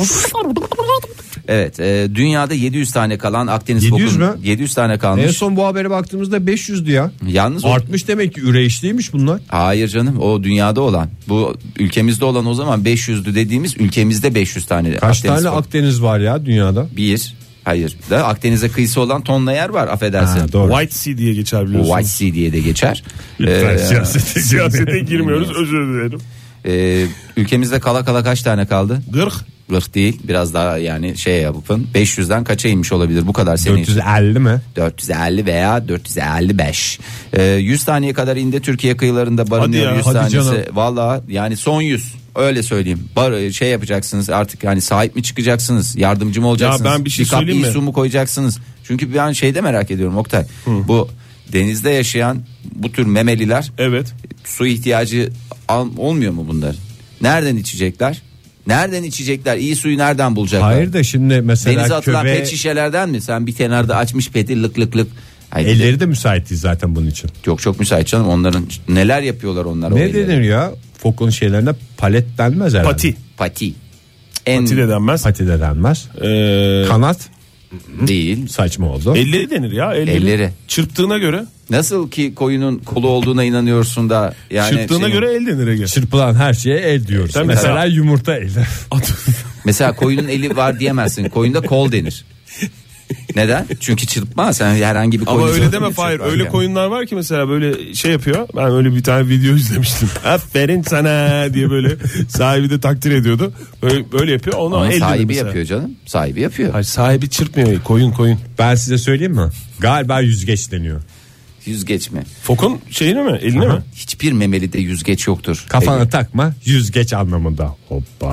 Evet, e, dünyada yedi yüz tane kalan Akdeniz yedi yüz fokun mü? yedi yüz tane kalmış. En son bu habere baktığımızda beş yüzdü ya. Yalnız o- Artmış demek ki, üreyişliymiş bunlar. Hayır canım, o dünyada olan, bu ülkemizde olan o zaman beş yüzdü dediğimiz, ülkemizde beş yüz tane Kaç Akdeniz tane fok- Akdeniz var ya dünyada? Bir, hayır da Akdeniz'e kıyısı olan tonla yer var, affedersin. Ha, doğru. White Sea diye geçer biliyorsunuz. White Sea diye de geçer. Lütfen Ee, siyasete Siyasete girmiyoruz, özür dilerim. e, ülkemizde kala kala kaç tane kaldı? Gırk. Gırk değil, biraz daha yani şey yapın, beş yüzden kaça inmiş olabilir bu kadar sene dört yüz için? elli mi? dört yüz elli veya dört yüz elli beş. Ee, yüz taneye kadar indi, Türkiye kıyılarında barınıyor. Hadi ya, yüz hadi tanesi. canım. Valla yani son yüz. Öyle söyleyeyim. Bar, şey yapacaksınız artık, yani sahip mi çıkacaksınız? Yardımcı mı olacaksınız? ben bir şey kap söyleyeyim iyi mi? su mu koyacaksınız? Çünkü ben şeyde merak ediyorum Oktay. Bu denizde yaşayan bu tür memeliler, Evet. su ihtiyacı al- olmuyor mu bunların? Nereden içecekler? Nereden içecekler? İyi suyu nereden bulacaklar? Hayır da şimdi mesela Denize atılan köve pet şişelerden mi? Sen bir kenarda açmış peti lık lık lık. Hayır, elleri de müsait değil zaten bunun için. Çok çok müsait canım, onların neler yapıyorlar onlar. o Ne elleri. denir ya? Fokun şeylerine palet denmez herhalde. Pati. Pati. En Pati de denmez. Pati de denmez. Ee, Kanat değil. saçma oldu. elleri denir ya. Elleri. Elleri. Çırptığına göre. Nasıl ki koyunun kolu olduğuna inanıyorsun da yani Çırptığına şeyin- göre el denir Ege. Çırpılan her şeye el diyoruz. Sen mesela, mesela- yumurta eli. mesela koyunun eli var diyemezsin. Koyunda kol denir. Neden? Çünkü çırpma, sen herhangi bir koyun. Ama öyle deme Fahir. Öyle koyunlar var ki mesela böyle şey yapıyor. Ben öyle bir tane video izlemiştim. Aferin sana diye böyle sahibi de takdir ediyordu. Böyle, böyle yapıyor. Ona Onun el denir sahibi mesela. yapıyor canım. Sahibi yapıyor. Hayır, sahibi çırpmıyor. Koyun koyun. Ben size söyleyeyim mi? Galiba yüzgeç deniyor. Yüzgeç mi? Fokun şeyine mi? Eline mi? Hiçbir memelide yüzgeç yoktur. Kafana Ege. takma, yüzgeç anlamında. Hoppa.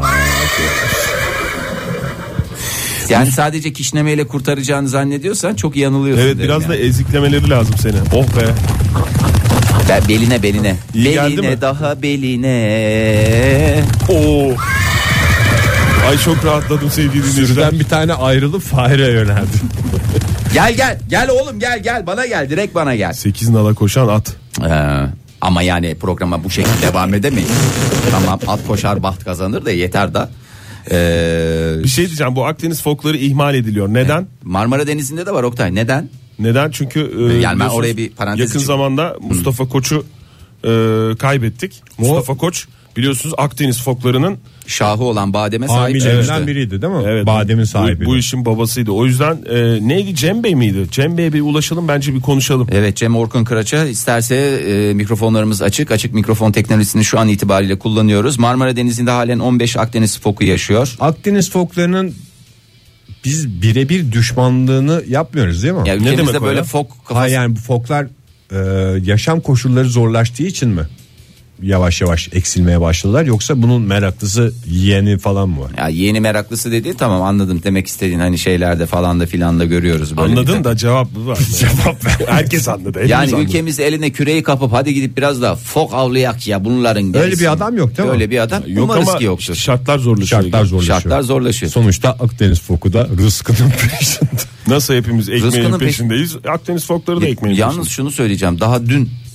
Yani sadece kişnemeyle kurtaracağını zannediyorsan çok yanılıyorsun. Evet, derim biraz yani. da eziklemeleri lazım seni. Oh be. Be- beline beline. İyi geldi beline mi? daha beline. Oo. Ay çok rahatladım sevgili dinleyiciler. Sürüden bir tane ayrılıp Fahir'e yöneldi. Gel gel gel oğlum gel gel bana gel, direkt bana gel. Sekiz nala koşan at. Ee, ama yani programa bu şekilde devam edemeyiz. Tamam, at koşar baht kazanır da yeter da. Ee, Bir şey diyeceğim, bu Akdeniz fokları ihmal ediliyor. Neden? Marmara Denizi'nde de var Oktay. Neden? Neden? Çünkü e, ben biliyorsunuz, oraya bir parantez yakın açayım. zamanda Mustafa Koç'u e, kaybettik. Mustafa Koç biliyorsunuz Akdeniz foklarının Şahı olan bademe sahip Hamilelerinden çıkmıştı. biriydi değil mi? evet, Bademin bu- sahibi. Bu, bu işin babasıydı. O yüzden e, neydi, Cem Bey miydi? Cem Bey'e bir ulaşalım, bence bir konuşalım. Evet, Cem Orkun Kıraç'a isterse e, mikrofonlarımız açık. Açık mikrofon teknolojisini şu an itibariyle kullanıyoruz. Marmara Denizi'nde halen on beş Akdeniz foku yaşıyor. Akdeniz foklarının biz birebir düşmanlığını yapmıyoruz değil mi? Ya demek ülkemizde o böyle ya? fok Ha, kafası. yani bu foklar e, yaşam koşulları zorlaştığı için mi yavaş yavaş eksilmeye başladılar, yoksa bunun meraklısı yeni falan mı var? Ya yeni meraklısı dedi, tamam anladım demek istediğin, hani şeylerde falan da filan da görüyoruz böyle. Anladın da cevap var. Cevap ver. Herkes anladı. hepimiz Yani anladık. ülkemiz eline küreği kapıp hadi gidip biraz daha fok avlayak ya bunların gelsin. Öyle bir adam yok değil mi? Öyle bir adam Yok umarız ama ki yoktur. işte şartlar zorlaşıyor. Şartlar zorlaşıyor. Şartlar zorlaşıyor. Sonuçta Akdeniz foku da rızkının peşinde. Nasıl hepimiz ekmeğin Rızkının peş- peşindeyiz? Akdeniz fokları da ekmeğin Yalnız peşinde. şunu söyleyeceğim, daha dün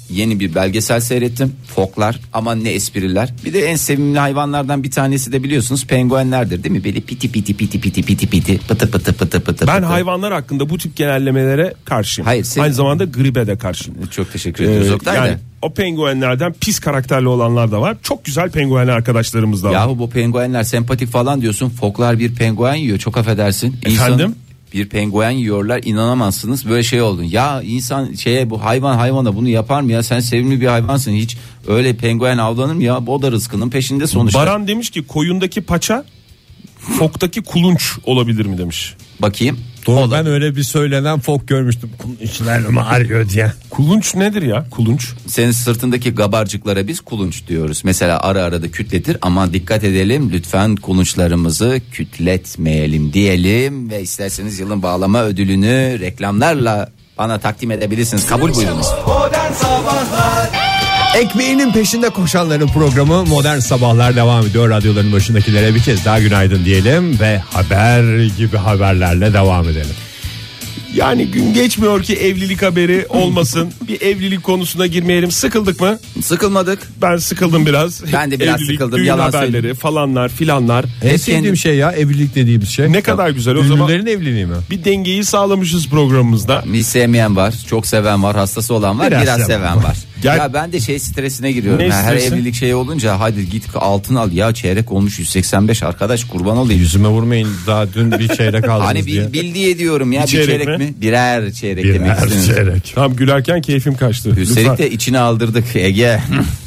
yeni bir belgesel seyrettim. Foklar, aman ne espriler. Bir de en sevimli hayvanlardan bir tanesi de biliyorsunuz penguenlerdir değil mi? Böyle piti piti piti piti piti piti pıtı pıtı pıtı pıtı. Ben pıtı. hayvanlar hakkında bu tip genellemelere karşıyım. Hayır, senin- Aynı zamanda gribe de karşıyım. Çok teşekkür ediyoruz Ee, Oktay yani da. o penguenlerden pis karakterli olanlar da var. Çok güzel penguen arkadaşlarımız da var. Yahu bu penguenler sempatik falan diyorsun. Foklar bir penguen yiyor, çok affedersin. İnsan- Efendim? Bir penguen yiyorlar, inanamazsınız, böyle şey oldun. Ya insan şeye, bu hayvan hayvana bunu yapar mı ya? Sen sevimli bir hayvansın, hiç öyle penguen avlanır mı ya? O da rızkının peşinde sonuçta. Baran demiş ki koyundaki paça foktaki kulunç olabilir mi demiş. Bakayım. Doğru, ben öyle bir söylenen fok görmüştüm. Kulunçlarımı arıyor diye. Kulunç nedir ya? Kulunç. Senin sırtındaki gabarcıklara biz kulunç diyoruz. Mesela ara ara da kütletir, ama dikkat edelim lütfen, kulunçlarımızı kütletmeyelim diyelim ve isterseniz yılın bağlama ödülünü reklamlarla bana takdim edebilirsiniz. Kabul buyurunuz. Modern Sabahlar. Ekmeğinin peşinde koşanların programı Modern Sabahlar devam ediyor. Radyoların başındakilere bir kez daha günaydın diyelim ve haber gibi haberlerle devam edelim. Yani gün geçmiyor ki evlilik haberi olmasın. Bir evlilik konusuna girmeyelim. Sıkıldık mı? Sıkılmadık. Ben sıkıldım biraz. Ben de biraz evlilik, sıkıldım, düğün yalan haberleri söyleyeyim. falanlar filanlar. En Hep sevdiğim kendim- şey ya evlilik dediğimiz şey. Ne kadar güzel o zaman. Ünlülerin evliliği mi? Bir dengeyi sağlamışız programımızda. Bir sevmeyen var, çok seven var, hastası olan var, Biraz biraz, seven seven var. var. Gel- Ya ben de şey stresine giriyorum. Ne Ya, her stresi? evlilik şeyi olunca hadi git altın al ya, çeyrek olmuş yüz seksen beş, arkadaş kurban olayım. Yüzüme vurmayın, daha dün bir çeyrek aldınız Hani diye. bil, bil diye diyorum ya, Bir bir çeyrek çeyrek, mi? mi? Birer çeyrek Bir demek her istiyorsunuz. çeyrek. Tam gülerken keyfim kaçtı. Üstelik Lütfen. de içine aldırdık Ege.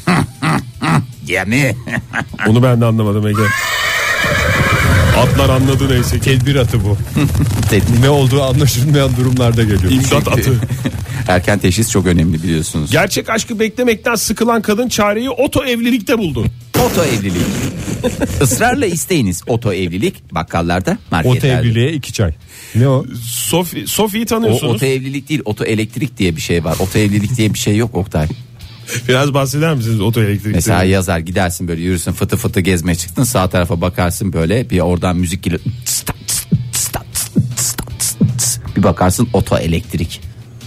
Gemi. Onu ben de anlamadım Ege. Atlar anladı neyse ki. Tedbir atı bu. Ne olduğu anlaşılmayan durumlarda geliyor. İmdat atı. Erken teşhis çok önemli biliyorsunuz. Gerçek aşkı beklemekten sıkılan kadın çareyi oto evlilikte buldu. Oto evlilik. Israrla isteyiniz oto evlilik bakkallarda, Oto marketlerde. evliliğe iki çay. Ne o? Sofi, Sofi'yi O tanıyorsunuz. oto evlilik değil, oto elektrik diye bir şey var. Oto evlilik diye bir şey yok Oktay. Biraz bahseder misiniz oto elektrikten? Mesela yazar, gidersin böyle, yürürsün, fıtı fıtı gezmeye çıktın, sağ tarafa bakarsın, böyle bir oradan müzik geliyor. Bir bakarsın oto elektrik.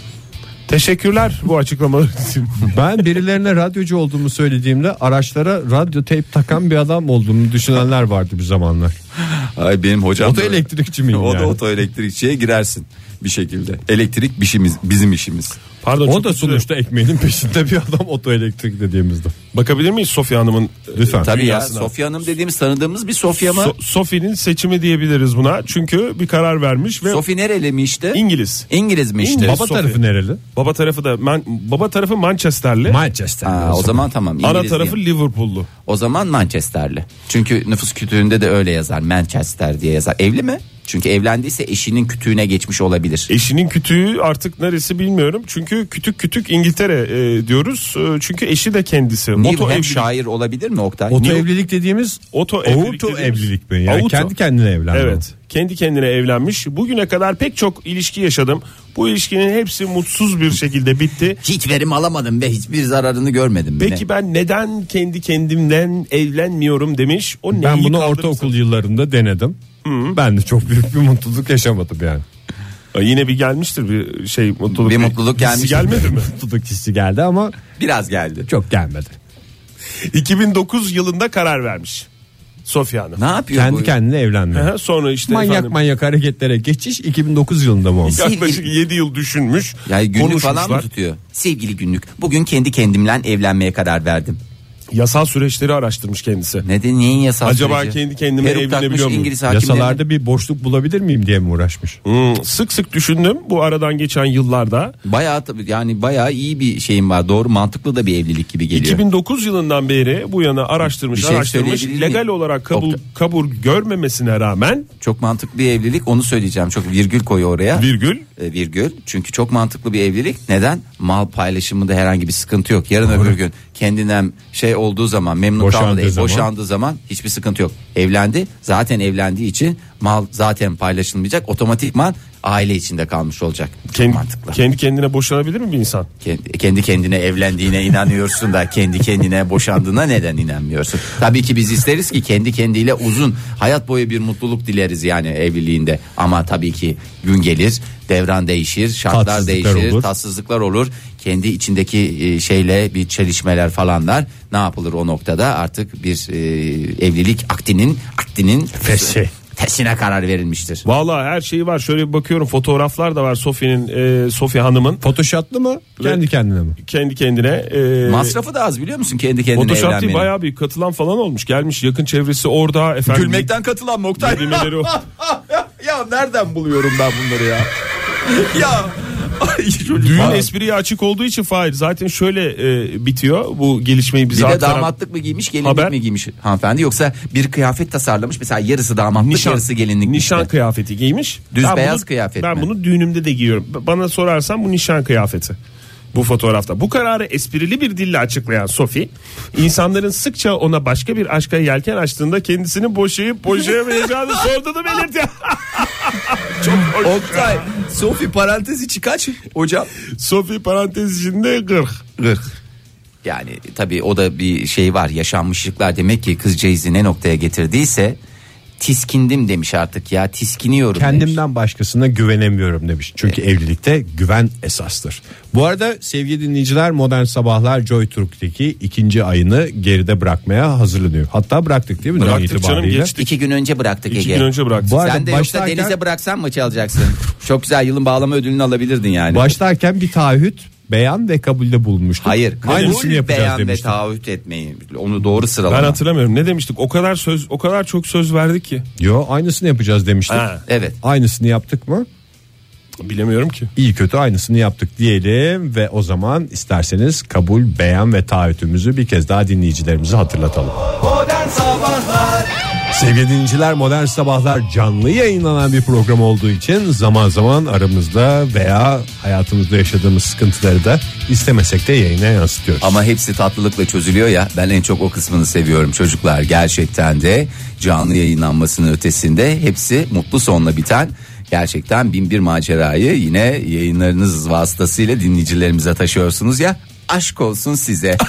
Teşekkürler bu açıklamalar için. Ben birilerine radyocu olduğumu söylediğimde araçlara radyo teyp takan bir adam olduğumu düşünenler vardı bir zamanlar. Ay benim hocam. Oto elektrikçi miyim O da yani? oto elektrikçiye girersin bir şekilde. Elektrik işimiz, bizim işimiz. Pardon, O çok da özür dilerim. sonuçta ekmeğinin peşinde bir adam oto elektrik dediğimizde. Bakabilir miyiz Sofya Hanım'ın? Lütfen. Tabii ya, dünyasına? Sofya Hanım dediğimiz tanıdığımız bir Sofya mı? So- Sofi'nin seçimi diyebiliriz buna. Çünkü bir karar vermiş ve Sofya nereli mi işte? İngiliz. İngiliz mi işte? İngiliz. Baba Sophie. tarafı nereli? Baba tarafı da Man- baba tarafı Manchesterli. Manchester. Ha, o zaman tamam. Ana İngiliz tarafı diyeyim. Liverpool'lu. O zaman Manchesterli. Çünkü nüfus kütüğünde de öyle yazar. Manchester diye yazar. Evli mi? Çünkü evlendiyse eşinin kütüğüne geçmiş olabilir. Eşinin kütüğü artık neresi bilmiyorum. Çünkü kütük kütük İngiltere e, diyoruz. E, çünkü eşi de kendisi. New Oto evlilik. Hampshire olabilir mi Oktay? Oto New- evlilik dediğimiz Oto evlilik Auto dediğimiz- evlilik mi? Yani Auto. kendi kendine evlenme. Evet. Kendi kendine evlenmiş. Bugüne kadar pek çok ilişki yaşadım. Bu ilişkinin hepsi mutsuz bir şekilde bitti. Hiç verim alamadım ve hiçbir zararını görmedim. Peki Ne? ben neden kendi kendimden evlenmiyorum demiş. O Ben neyi bunu kaldırırsa- ortaokul yıllarında denedim. Ben de çok büyük bir mutluluk yaşamadım yani. Ya yine bir gelmiştir bir şey mutluluk. Bir mutluluk hissi gelmiş. gelmedi mi? Mutluluk hissi geldi ama Biraz geldi. çok gelmedi. iki bin dokuz yılında karar vermiş Sofya Hanım. Ne yapıyor Kendi bu? kendine evlenme. Aha, sonra işte manyak efendim, manyak hareketlere geçiş iki bin dokuz yılında mı oldu? yaklaşık yedi yıl düşünmüş. Yani günlük konuşmuşlar. falan mı tutuyor? Sevgili günlük. Bugün kendi kendimle evlenmeye karar verdim. Yasal süreçleri araştırmış kendisi. Neden, neyin yasal Acaba süreci? kendi kendime Peruk evlenebiliyor takmış muyum? İngiliz hakimlerine. Yasalarda bir boşluk bulabilir miyim diye mi uğraşmış? Hmm, sık sık düşündüm bu aradan geçen yıllarda. Bayağı tabii, yani bayağı iyi bir şeyim var. Doğru, mantıklı da bir evlilik gibi geliyor. iki bin dokuz yılından beri bu yana araştırmış Bir şey araştırmış. söyleyebilir Legal miyim? olarak kabul Oktay. kabul görmemesine rağmen Çok mantıklı bir evlilik, onu söyleyeceğim. Çok virgül koy oraya. virgül E, virgül. Çünkü çok mantıklı bir evlilik. Neden? Mal paylaşımında herhangi bir sıkıntı yok. Yarın öbür gün kendinden şey olduğu zaman, memnun Boşandığı kalmadığı, zaman. boşandığı zaman hiçbir sıkıntı yok. Evlendi. Zaten evlendiği için mal zaten paylaşılmayacak. Otomatikman aile içinde kalmış olacak. Çok Kendi, mantıklı. kendi kendine boşanabilir mi bir insan? Kendi, kendi kendine evlendiğine inanıyorsun da kendi kendine boşandığına neden inanmıyorsun? Tabii ki biz isteriz ki kendi kendiyle uzun hayat boyu bir mutluluk dileriz yani evliliğinde. Ama tabii ki gün gelir, devran değişir, şartlar Tatsızlıklar değişir, olur. tatsızlıklar olur. Kendi içindeki şeyle bir çelişmeler falanlar, ne yapılır o noktada? Artık bir e, evlilik akdinin akdinin Feshi. fesine karar verilmiştir. Vallahi her şeyi var. Şöyle bir bakıyorum, fotoğraflar da var Sofi'nin, e, Sofi Hanım'ın Photoshop'lı mı? Kendi kendine mi? kendi kendine. E, Masrafı da az biliyor musun kendi kendine Photoshop değil, evlenmenin? bayağı bir katılan falan olmuş. Gelmiş, yakın çevresi orada efendim. Gülmekten katılan mı Oktay? Kelimeleri o. Ya nereden buluyorum ben bunları ya? ya. Ay, çocuk Düğün falan. espriye açık olduğu için Fahir zaten şöyle e, bitiyor bu gelişmeyi bize Bir de aktaran- damatlık mı giymiş, gelinlik Haber. mi giymiş hanımefendi, yoksa bir kıyafet tasarlamış mesela, yarısı damatlık Nişan, yarısı gelinlik. nişan işte. kıyafeti giymiş. Düz Ben beyaz bunu- kıyafet Ben mi? bunu düğünümde de giyiyorum. Bana sorarsan bu nişan kıyafeti. Bu fotoğrafta. Bu kararı esprili bir dille açıklayan Sophie, insanların sıkça ona başka bir aşka yelken açtığında kendisini boşayıp boşayamayacağını sorduğunu belirtti. Çok hoş. Oktay, Sophie parantez içi kaç hocam? Sophie parantez içinde kırk. kırk. Yani tabii o da bir şey var, yaşanmışlıklar demek ki kızcağızı ne noktaya getirdiyse, tiskindim demiş artık ya, tiskiniyorum demiş. Kendimden başkasına güvenemiyorum demiş. Çünkü evlilikte güven esastır. Bu arada sevgili dinleyiciler, Modern Sabahlar Joy Türk'teki ikinci ayını geride bırakmaya hazırlanıyor. Hatta bıraktık değil mi? Dön Bıraktık canım, itibariyle. geçtik. İki gün önce bıraktık İki Ege. gün önce bıraktık. Bu arada Sen de yoksa başlarken- denize bıraksan mı çalacaksın? Çok güzel, yılın bağlama ödülünü alabilirdin yani. Başlarken bir taahhüt, beyan ve kabulde bulunmuştuk. Hayır, Aynısını kabul, yapacağız beyan ve demiştik. taahhüt etmeyin. Onu doğru sıralama. Ben hatırlamıyorum. Ne demiştik? O kadar söz, o kadar çok söz verdik ki. Yo, aynısını yapacağız demiştik. Ha. Evet. Aynısını yaptık mı? Bilemiyorum ki. İyi kötü aynısını yaptık diyelim ve o zaman isterseniz kabul, beyan ve taahhütümüzü bir kez daha dinleyicilerimize hatırlatalım. Modern Sabahlar Sevgili dinleyiciler, Modern Sabahlar canlı yayınlanan bir program olduğu için zaman zaman aramızda veya hayatımızda yaşadığımız sıkıntıları da istemesek de yayına yansıtıyoruz. Ama hepsi tatlılıkla çözülüyor ya, ben en çok o kısmını seviyorum çocuklar. Gerçekten de canlı yayınlanmasının ötesinde hepsi mutlu sonla biten, gerçekten bin bir macerayı yine yayınlarınız vasıtasıyla dinleyicilerimize taşıyorsunuz ya. Aşk olsun size.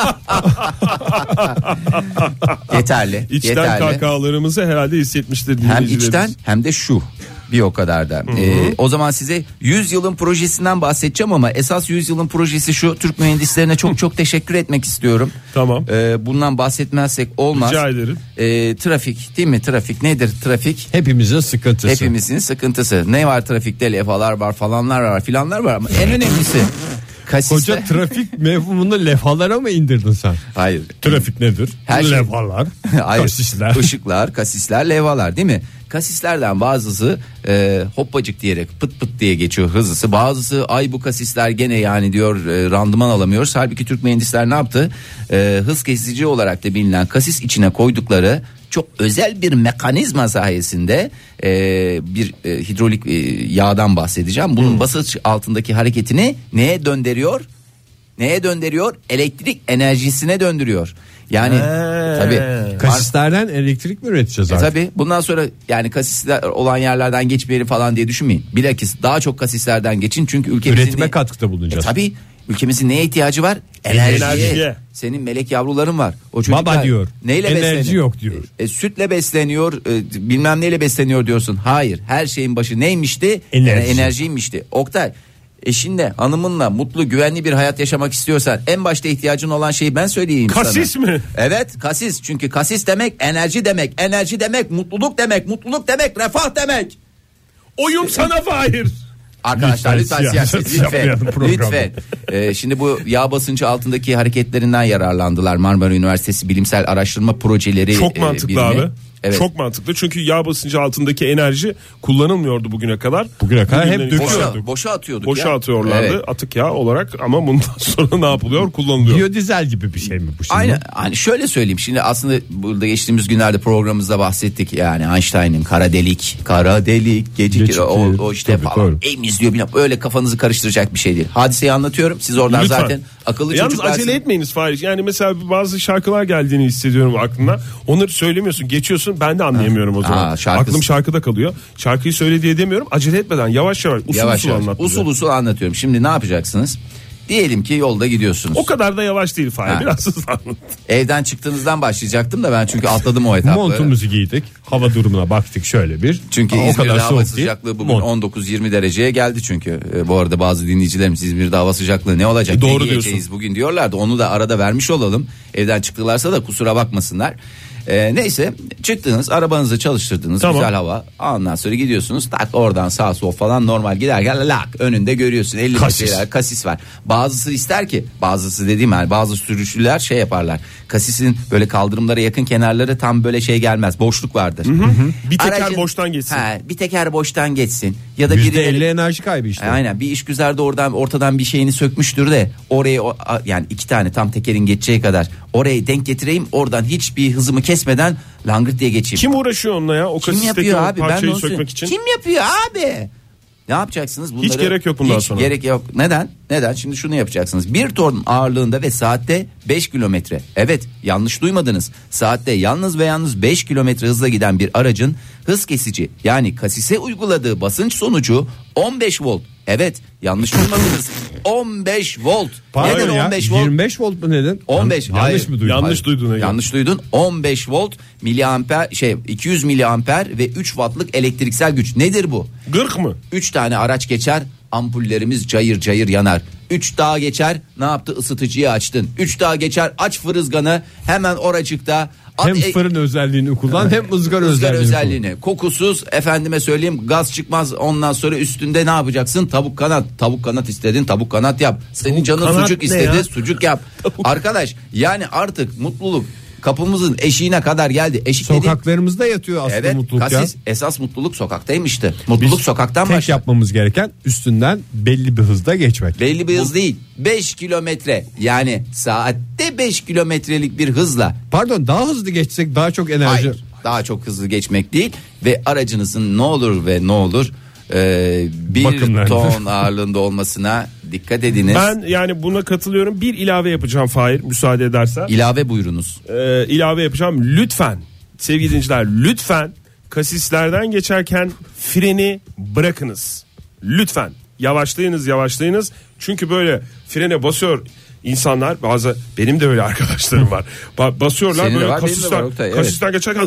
yeterli. İçten yeterli. kahkahalarımızı herhalde hissetmiştir Hem dinleyicilerimiz. içten hem de şu. Bir o kadar da. Ee, o zaman size yüz yılın projesinden bahsedeceğim ama esas yüz yılın projesi şu. Türk mühendislerine çok çok teşekkür etmek istiyorum. Tamam. Ee, bundan bahsetmezsek olmaz. Rica ederim. Ee, trafik değil mi? Trafik nedir trafik? Hepimizin sıkıntısı. Hepimizin sıkıntısı. Ne var trafikte? Levhalar var, falanlar var, filanlar var ama en önemlisi kasiste. Koca trafik mevhumunu levhalara mı indirdin sen? Hayır. Trafik nedir? Her şey- Levhalar, Hayır. kasisler. Işıklar, kasisler, levhalar değil mi? Kasislerden bazısı e, hoppacık diyerek pıt pıt diye geçiyor hızlısı. Bazısı ay bu kasisler gene yani diyor e, randıman alamıyoruz. Halbuki Türk mühendisler ne yaptı? E, hız kesici olarak da bilinen kasis içine koydukları çok özel bir mekanizma sayesinde e, bir e, hidrolik e, yağdan bahsedeceğim. Bunun basınç altındaki hareketini neye döndürüyor? Neye döndürüyor? Elektrik enerjisine döndürüyor. Yani tabii Kasislerden elektrik mi üreteceğiz e artık? tabii bundan sonra yani kasisler olan yerlerden geçmeyelim falan diye düşünmeyin. Bilakis daha çok kasislerden geçin çünkü ülkemizin Üretime ne- katkıda E bulunacağız. tabii ülkemizin neye ihtiyacı var? Enerjiye. Enerjiye. Senin melek yavruların var. O çocuklar Baba diyor, Neyle enerji besleniyor? yok diyor. E, e, sütle besleniyor, e, bilmem neyle besleniyor diyorsun. Hayır, her şeyin başı neymişti? Enerji. E, enerjiymişti. Oktay, eşinle, hanımınla mutlu, güvenli bir hayat yaşamak istiyorsan en başta ihtiyacın olan şeyi ben söyleyeyim sana. Kasis mi? Evet, kasis. Çünkü kasis demek enerji demek. Enerji demek mutluluk demek. Mutluluk demek refah demek. Oyum sana Fahir. Arkadaşlar Lütfen lütfen siyaset siyaset lütfen. yapmayalım programda. Lütfen. Ee, şimdi bu yağ basıncı altındaki hareketlerinden yararlandılar. Marmara Üniversitesi Bilimsel Araştırma Projeleri Çok e, mantıklı birimi. abi. Evet. Çok mantıklı çünkü yağ basıncı altındaki enerji kullanılmıyordu bugüne kadar. Bugüne kadar hep Bugünden döküyorduk. itibaren Boşa, boşa atıyorduk Boşa ya. atıyorlardı Evet. atık yağ olarak ama bundan sonra ne yapılıyor? Kullanılıyor. Biyodizel gibi bir şey mi bu şimdi? Aynen. Hani şöyle söyleyeyim. Şimdi aslında burada geçtiğimiz günlerde programımızda bahsettik. Yani Einstein'ın kara delik, kara delik, gecikir. Gecikir. O, o işte Tabii, falan. doğru. Emizliyor bilmem. Öyle kafanızı karıştıracak bir şey değil. Hadiseyi anlatıyorum. Siz oradan Lütfen. zaten akıllı Yalnız çocuklarsınız. acele etmeyiniz Fahir. Yani mesela bazı şarkılar geldiğini hissediyorum aklına. Onları söylemiyorsun. Geçiyorsun. söylüyorsun. Ben de anlayamıyorum o zaman. Aa, şarkısı. Aklım şarkıda kalıyor. Şarkıyı söyle diye demiyorum. Acele etmeden yavaş yavaş usul Yavaş usul yavaş. anlat. Usul usul anlatıyorum. Şimdi ne yapacaksınız? Diyelim ki yolda gidiyorsunuz. O kadar da yavaş değil Fahir. Ha. Biraz hızlı anlat. Evden çıktığınızdan başlayacaktım da ben çünkü atladım o etapları. Montumuzu giydik. Hava durumuna baktık şöyle bir. Çünkü Aa, o İzmir'de kadar hava soğuk değil. sıcaklığı bugün Mont. on dokuz yirmi dereceye geldi çünkü. Ee, bu arada bazı dinleyicilerimiz İzmir'de hava sıcaklığı ne olacak? E, doğru ne giyeceğiz diyorsun. bugün diyorlardı. Onu da arada vermiş olalım. Evden çıktılarsa da kusura bakmasınlar. Ee, neyse çıktınız, arabanızı çalıştırdınız, Tamam. güzel hava. Ondan sonra gidiyorsunuz, tak oradan sağ sol falan normal giderken lak önünde görüyorsun elli Kasis. metreler kasis var. Bazısı ister ki, bazısı dediğim yani bazı sürücüler şey yaparlar. Kasisin böyle kaldırımlara yakın kenarları tam böyle şey gelmez, boşluk vardır. Hı hı. Bir teker boştan geçsin. He, bir teker boştan geçsin ya da yüzde birileri elli enerji kaybı işte. E, aynen bir işgüzar da oradan ortadan bir şeyini sökmüştür de oraya o- a- yani iki tane tam tekerin geçeceği kadar orayı denk getireyim, oradan hiçbir hızımı kesmeden langırt diye geçeyim. Kim uğraşıyor onunla ya? O Kim kasisteki yapıyor o abi? Ben de parçayı onu sökmek söyleyeyim. için. Kim yapıyor abi? Ne yapacaksınız bunları? Hiç gerek yok bundan Hiç sonra. gerek yok. Neden? Neden? Şimdi şunu yapacaksınız. Bir ton ağırlığında ve saatte beş kilometre. Evet, yanlış duymadınız. Saatte yalnız ve yalnız beş kilometre hızla giden bir aracın hız kesici yani kasise uyguladığı basınç sonucu on beş volt. Evet, yanlış duymadınız. on beş volt. Pardon Neden ya, on beş volt? yirmi beş volt mu dedin? on beş. Yanlış Hayır. mı duydun? Yanlış Hayır. duydun Ege. Yanlış duydun. on beş volt miliamper şey iki yüz miliamper ve üç wattlık elektriksel güç. Nedir bu? Gırk mı? üç tane araç geçer, ampullerimiz cayır cayır yanar. üç daha geçer, ne yaptı? Isıtıcıyı açtın. üç daha geçer, aç fırızganı, hemen oracıkta at Hem e- fırın özelliğini kullan hem ızgara, ızgara özelliğini, özelliğini. Kokusuz, efendime söyleyeyim, gaz çıkmaz. Ondan sonra üstünde ne yapacaksın? Tavuk kanat. Tavuk kanat istedin, tavuk kanat yap. Senin Tavuk canın kanat sucuk ne istedi, ya? sucuk yap. Arkadaş, yani artık mutluluk kapımızın eşiğine kadar geldi. Eşik kullan. dediğim- Sokaklarımızda yatıyor aslında Evet, mutluluk kasis ya. esas mutluluk sokaktaymıştı. Mutluluk sokaktan Tek başlar. yapmamız gereken üstünden belli bir hızda geçmek. Belli bir hız değil. beş kilometre yani saatte beş kilometrelik bir hızla. Pardon, daha hızlı geçsek daha çok enerji. Hayır, daha çok hızlı geçmek değil ve aracınızın ne olur ve ne olur e, bir Bakımlarını. ton ağırlığında olmasına dikkat ediniz. Ben yani buna katılıyorum. Bir ilave yapacağım Fahir, müsaade edersen. İlave buyurunuz. Ee, ilave yapacağım. Lütfen sevgili dinleyiciler, lütfen kasislerden geçerken freni bırakınız. Lütfen yavaşlayınız yavaşlayınız. Çünkü böyle frene basıyor insanlar, bazı benim de öyle arkadaşlarım var. Ba- basıyorlar Senin de böyle var, benim de kasisten, var Oktay, evet. kasisten geçerken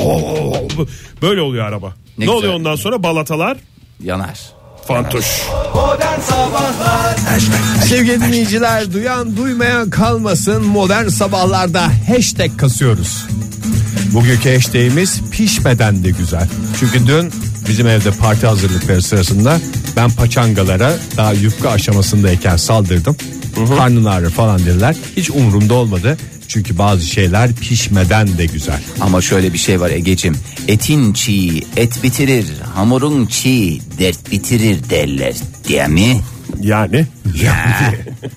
böyle oluyor araba. Ne Ne, oluyor güzel. ondan sonra? Balatalar Yanar. fantoş. Modern Sabahlar Sevgili dinleyiciler, duyan duymayan kalmasın, modern sabahlarda hashtag kasıyoruz. Bugünkü hashtagimiz pişmeden de güzel. Çünkü dün bizim evde parti hazırlıkları sırasında ben paçangalara daha yufka aşamasındayken saldırdım. Karnın ağrır falan dediler. Hiç umurumda olmadı. Çünkü bazı şeyler pişmeden de güzel. Ama şöyle bir şey var Egeciğim. Etin çiğ et bitirir, hamurun çiğ dert bitirir derler diye mi? Yani Ya.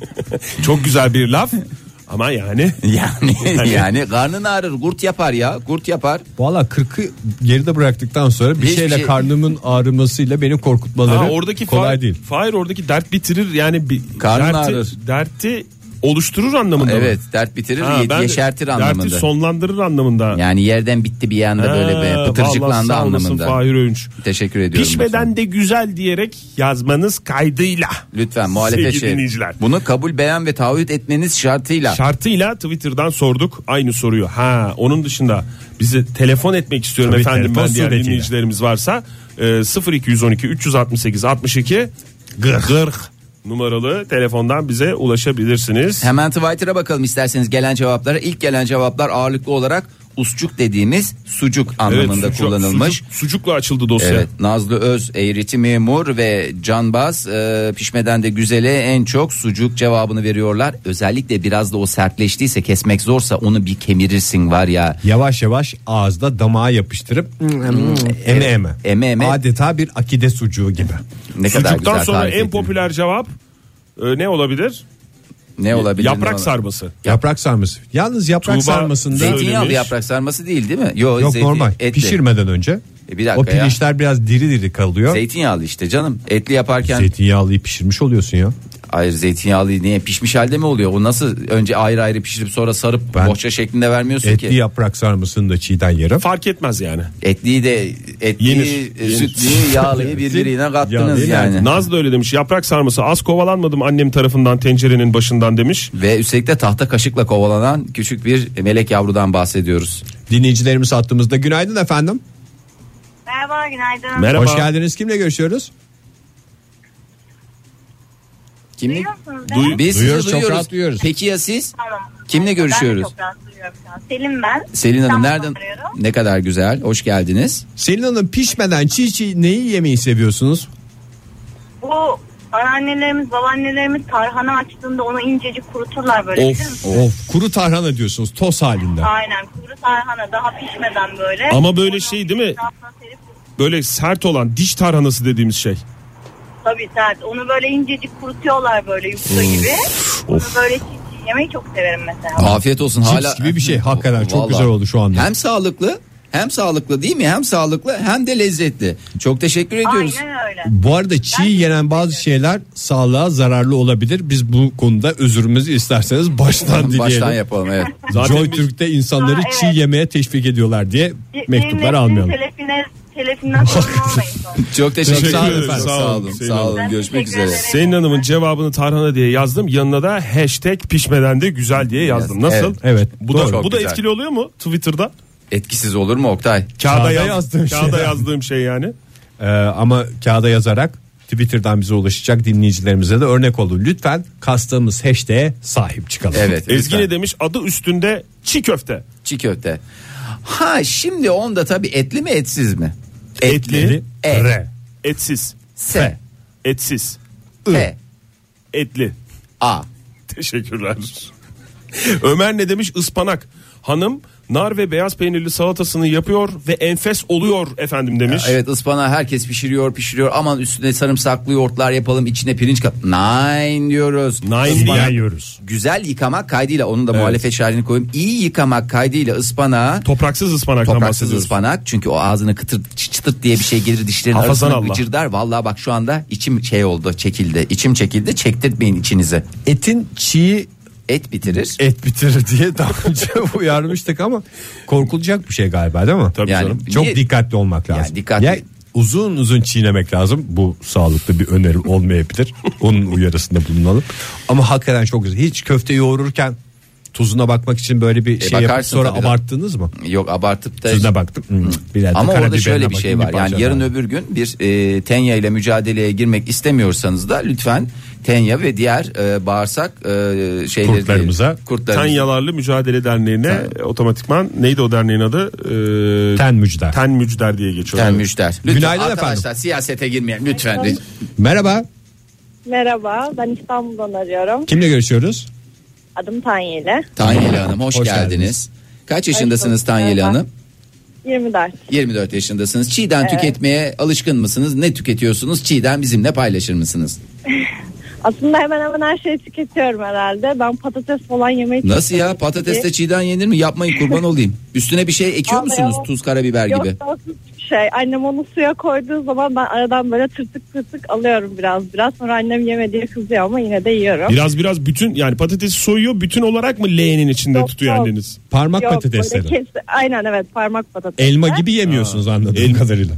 çok güzel bir laf ama yani Yani yani karnın ağrır, kurt yapar ya, kurt yapar. Valla kırkı geride bıraktıktan sonra bir Hiçbir şeyle şey- karnımın ağrımasıyla beni korkutmaları Ha, oradaki kolay fa- değil. Fahir oradaki dert bitirir yani bir Karnın derti, ağrır. derti oluşturur anlamında mı? Evet, dert bitirir, Ha, ye- ben de yeşertir derti anlamında. sonlandırır anlamında. Yani yerden bitti bir anda böyle Ha, bir vallahi pıtırcıklandı sağ olasın anlamında. Fahir Öğünç. Teşekkür ediyorum. Pişmeden de güzel diyerek yazmanız kaydıyla. Lütfen muhalefet Sevgili şey. dinleyiciler. Bunu kabul beyan ve taahhüt etmeniz şartıyla. Şartıyla Twitter'dan sorduk aynı soruyu. Ha, onun dışında bize telefon etmek istiyorum Tabii, efendim telefon ben diğer suretiyle. dinleyicilerimiz varsa e, sıfır iki on iki üç altı sekiz altmış iki kırk numaralı telefondan bize ulaşabilirsiniz. Hemen Twitter'a bakalım isterseniz gelen cevaplara. İlk gelen cevaplar ağırlıklı olarak usçuk dediğimiz sucuk anlamında sucuk- kullanılmış. sucuk- sucukla açıldı dosya. Evet, Nazlı Öz, Eğriti Memur ve Canbaz e, pişmeden de güzele en çok sucuk cevabını veriyorlar. Özellikle biraz da o sertleştiyse, kesmek zorsa onu bir kemirirsin var ya. Yavaş yavaş ağızda damağa yapıştırıp eme eme. Eme eme. Adeta bir akide sucuğu gibi. Ne kadar Sucuktan güzel sonra tarif en ettin. popüler cevap e, ne olabilir? Ne olabilir? Yaprak ne olabilir? sarması. Yaprak sarması. Yalnız yaprak Tuğba sarmasında Zeytin- Zeytinyağlı Söylemiş. yaprak sarması değil değil mi? Yo, yok zeytin- normal etli. pişirmeden önce. E bir dakika o pirinçler biraz diri diri kalıyor. Zeytinyağlı işte canım. Etli yaparken Zeytinyağlıyı pişirmiş oluyorsun ya. Ayrı zeytinyağlı niye pişmiş halde mi oluyor? O nasıl önce ayrı ayrı pişirip sonra sarıp Ben bohça şeklinde vermiyorsun Etli ki? yaprak sarmasını da çiğden yerim. Fark etmez yani. Etliyi de etliyi, Yenir, yenir. sütlüyü, yağlıyı birbirine kattınız Yağlıyı yani. Naz da öyle demiş. Yaprak sarması az kovalanmadım annem tarafından tencerenin başından demiş. Ve üstelik de tahta kaşıkla kovalanan küçük bir melek yavrudan bahsediyoruz. Dinleyicilerimiz hattımızda. Günaydın efendim. Merhaba, günaydın. Merhaba. Hoş geldiniz. Kimle görüşüyoruz? Kimle? Duyuyor musunuz beni? Duy- Biz Duyuyoruz, sizi çok duyuyoruz. rahat duyuyoruz. Peki ya siz? Tamam. Kimle Ben de görüşüyoruz? çok rahat duyuyorum şu an. Selim ben. Selin Hanım İstanbul'dan nereden? arıyorum. Ne kadar güzel. Hoş geldiniz. Selin Hanım, pişmeden çiğ çiğ neyi yemeyi seviyorsunuz? Bu anneannelerimiz, babaannelerimiz tarhana açtığında onu incecik kuruturlar böyle. bilir misin? Of of, kuru tarhana diyorsunuz, toz halinde. Aynen, kuru tarhana daha pişmeden böyle. Ama böyle Onu şey değil mi? etrafına serip- Böyle sert olan diş tarhanası dediğimiz şey. Tabii sert. Onu böyle incecik kurutuyorlar böyle yufka gibi. Onu böyle çiğ çiğ yemeyi çok severim mesela. Afiyet olsun. Cips Hala gibi bir şey. Hakikaten çok Vallahi. güzel oldu şu anda. Hem sağlıklı, hem sağlıklı değil mi? Hem sağlıklı hem de lezzetli. Çok teşekkür ediyoruz. Aynen öyle. Bu arada çiğ Ben- yenen bazı şeyler sağlığa zararlı olabilir. Biz bu konuda özürümüzü isterseniz baştan dileyelim. Baştan yapalım evet. Zaten Joy biz- Türk'te insanları Ha, çiğ evet. yemeye teşvik ediyorlar diye Bir- mektuplar birinin almayalım. Telefine, telefinden sorun olmayın sonra. Çok teşekkür Teşekkür ederiz. ederiz. Çok Sağ Sağ olun. olun. Selin Sağ Hanım. olun. Ben Görüşmek teşekkür üzere. ederim. Selin Hanım'ın cevabını tarhana diye yazdım. Yanına da hashtag pişmeden de güzel diye yazdım. Nasıl? Evet. Evet. Bu da, Çok bu da güzel. etkili oluyor mu Twitter'da? Etkisiz olur mu Oktay? Kağıda, Kağıda yaz- yazdığım kağıda şey. yazdığım şey yani. Ee, ama kağıda yazarak Twitter'dan bize ulaşacak dinleyicilerimize de örnek oldu. Lütfen kastığımız hashtag'e sahip çıkalım. Evet. Ezgi lütfen. ne demiş? Adı üstünde çiğ köfte. Çiğ köfte. Ha şimdi onda tabii etli mi etsiz mi? Etli. Et. R. Etsiz. S. Etsiz. T. Etli. A. Teşekkürler. Ömer ne demiş? Ispanak. Hanım nar ve beyaz peynirli salatasını yapıyor ve enfes oluyor efendim demiş. Evet ıspanağı herkes pişiriyor pişiriyor. Aman üstüne sarımsaklı yoğurtlar yapalım içine pirinç kat. Nine diyoruz. Nine Ispanağı diye- yiyoruz. Güzel yıkamak kaydıyla onun da Evet. muhalefet şerhini koyayım. İyi yıkamak kaydıyla ıspanağı Topraksız ıspanaktan topraksız bahsediyoruz. ıspanak çünkü o ağzını kıtır çıtırt diye bir şey gelir dişlerin Hafazan arasına Allah. gıcırdar. Vallahi bak şu anda içim şey oldu çekildi. İçim çekildi çektirtmeyin içinize. Etin çiğ Et bitirir. et bitirir diye daha önce uyarmıştık ama korkulacak bir şey galiba değil mi? Tabii Yani canım. Çok niye- dikkatli olmak lazım. Yani dikkatli. Ya uzun uzun çiğnemek lazım. Bu sağlıklı bir öneri olmayabilir. Onun uyarısında bulunalım. Ama hakikaten çok güzel. Hiç köfte yoğururken tuzuna bakmak için böyle bir E, şey yapıp bakarsın sonra tabii de. abarttınız mı? Yok abartıp da Tuzuna baktım. Hmm, biraz da ama orada karabiberine şöyle bir şey bakayım, var. parça Yani yarın daha. öbür gün bir e, tenya ile mücadeleye girmek istemiyorsanız da lütfen tenya ve diğer e, bağırsak e, şeyleri Kurtlarımıza. kurtlarımıza Tenyalarlı Mücadele Derneği'ne e, otomatikman neydi o derneğin adı? Ee, Ten müjder. Ten Müjder diye geçiyor. ten müjder. Lütfen Günaydın arkadaşlar efendim. siyasete girmeyelim lütfen. Merhaba. Merhaba, ben İstanbul'dan arıyorum. Kimle görüşüyoruz? Adım Tanyeli. Tanyeli Hanım hoş, Hoş geldiniz. geldiniz. Kaç yaşındasınız bulduk, Tanyeli merhaba. Hanım? yirmi dört. yirmi dört yaşındasınız. Çiğden tüketmeye alışkın mısınız? Ne tüketiyorsunuz? Çiğden bizimle paylaşır mısınız? Aslında hemen hemen her şeyi tüketiyorum herhalde. Ben patates falan yemeyi çok Nasıl ya? seviyorum. Patateste çiğden yenir mi? Yapmayın kurban olayım. Üstüne bir şey ekiyor Vallahi musunuz? o- Tuz, karabiber Yok gibi. yok, hiçbir şey. Annem onu suya koyduğu zaman ben aradan böyle tırtık tırtık alıyorum biraz biraz. Sonra annem yeme diye kızıyor ama yine de yiyorum. Biraz biraz bütün yani patatesi soyuyor bütün olarak mı leğenin içinde Yok, tutuyor yok. anneniz? Parmak Yok, patatesleri. böyle kes- aynen evet parmak patates. Elma gibi yemiyorsunuz anladığım El- kadarıyla.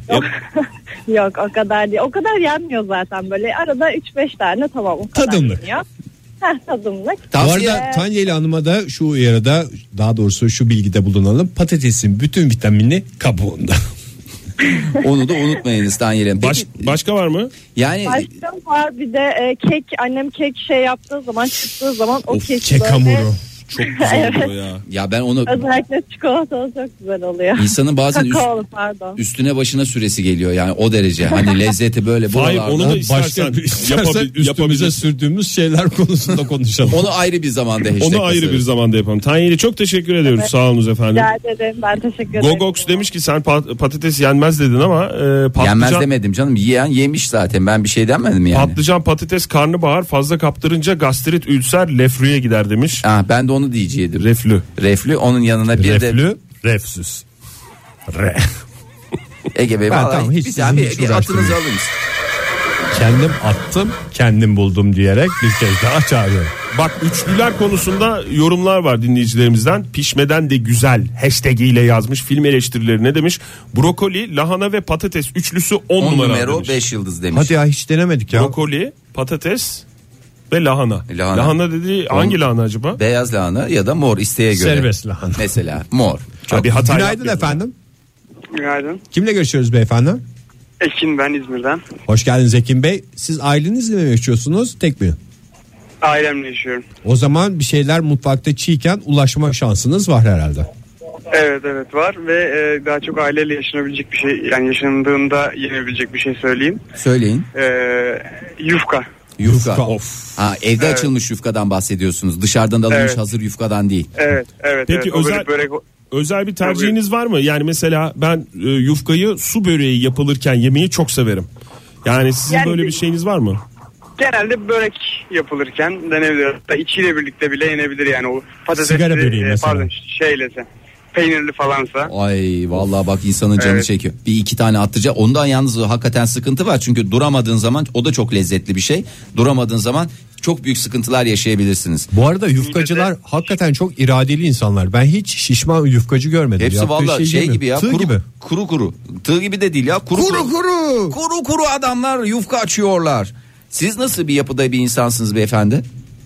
Yok o kadar değil. O kadar yenmiyor zaten böyle. Arada üç beş tane tamam o kadar Tadımlık. yeniyor. Heh, tadımlık. Bu Tavsiye arada Tanyeli Hanım'a da şu uyarıda, daha doğrusu şu bilgide bulunalım. Patatesin bütün vitamini kabuğunda. onu da unutmayınız Tanyeli Hanım. Baş, Peki, başka var mı? yani Başka var bir de e, kek. Annem kek şey yaptığı zaman çıktığı zaman o Of, kek kek böyle- hamuru. Çok güzel oluyor ya. ya ben onu Özellikle çikolatalı çok güzel oluyor. insanın bazen üst- Kakaolu pardon. üstüne başına süresi geliyor yani o derece. Hani lezzeti böyle Hayır, buralarda. onu da Başka istersen istersen yapabil- üstümüze yapabiliriz. sürdüğümüz şeyler konusunda konuşalım. Onu ayrı bir zamanda hashtag Onu ayrı bir basarız. zamanda yapalım. Tanyeli çok teşekkür ediyoruz. Evet. Sağ olunuz efendim. Rica ederim. Ben teşekkür ederim. Gogox demiş ki sen pat- patates yenmez dedin ama e, patlıcan, Yenmez demedim canım. Yiyen yemiş zaten. Ben bir şey demedim yani. patlıcan, patates, karnabahar fazla kaptırınca gastrit, ülser, lefrüye gider demiş. Ah, ben de onu diyeceydim. Reflü. Reflü onun yanına bir de Reflü, refsüz. Re. Ege Bey Ben vallahi tamam, hiç bir, tane sizi bir, hiç bir atınızı uğraştırmayayım. alın. Kendim attım, kendim buldum diyerek bir kez daha çağırıyorum. Bak üçlüler konusunda yorumlar var dinleyicilerimizden. Pişmeden de güzel hashtag ile yazmış film eleştirileri ne demiş? Brokoli, lahana ve patates üçlüsü on on numara numara demiş. beş yıldız demiş. Hadi ya hiç denemedik ya. Brokoli, patates ve lahana. Lahana. Lahana dediği hangi lahana acaba? Beyaz lahana ya da mor isteğe göre. Serbest lahana. Mesela mor. Çok bir hata Günaydın yapmayalım. efendim. Günaydın. Kimle görüşüyoruz beyefendi? Ekin, ben İzmir'den. Hoş geldiniz Ekin Bey. Siz ailenizle mi yaşıyorsunuz, tek mi? Ailemle yaşıyorum. O zaman bir şeyler mutfakta çiğken ulaşma şansınız var herhalde. Evet evet var ve e, daha çok aileyle yaşanabilecek bir şey, yani yaşandığında yenebilecek bir şey söyleyeyim. Söyleyin. E, yufka. Yufka. Yufka. Of. Ha, evde Evet. açılmış yufkadan bahsediyorsunuz. Dışarıdan alınmış Evet. hazır yufkadan değil. Evet evet. Peki evet. O özel- böyle börek, Özel bir tercihiniz var mı? Yani mesela ben e, yufkayı su böreği yapılırken yemeyi çok severim. Yani sizin Yani- böyle bir şeyiniz var mı? genelde börek yapılırken denebilir. Hatta içiyle birlikte bile yenebilir yani o patatesli. Sigara böreği e, mesela. Pardon şeylese. Peynirli falansa. Ay vallahi bak insanın canı Evet. çekiyor. Bir iki tane atacak. Ondan yalnız hakikaten sıkıntı var. Çünkü duramadığın zaman o da çok lezzetli bir şey. Duramadığın zaman çok büyük sıkıntılar yaşayabilirsiniz. Bu arada yufkacılar hakikaten çok iradeli insanlar. Ben hiç şişman yufkacı görmedim. Hepsi Yaptığı vallahi şey, gibi ya. Tığ kuru, gibi. Kuru kuru. Tığ gibi de değil ya. Kuru kuru. kuru. Kuru kuru adamlar yufka açıyorlar. Siz nasıl bir yapıda bir insansınız beyefendi?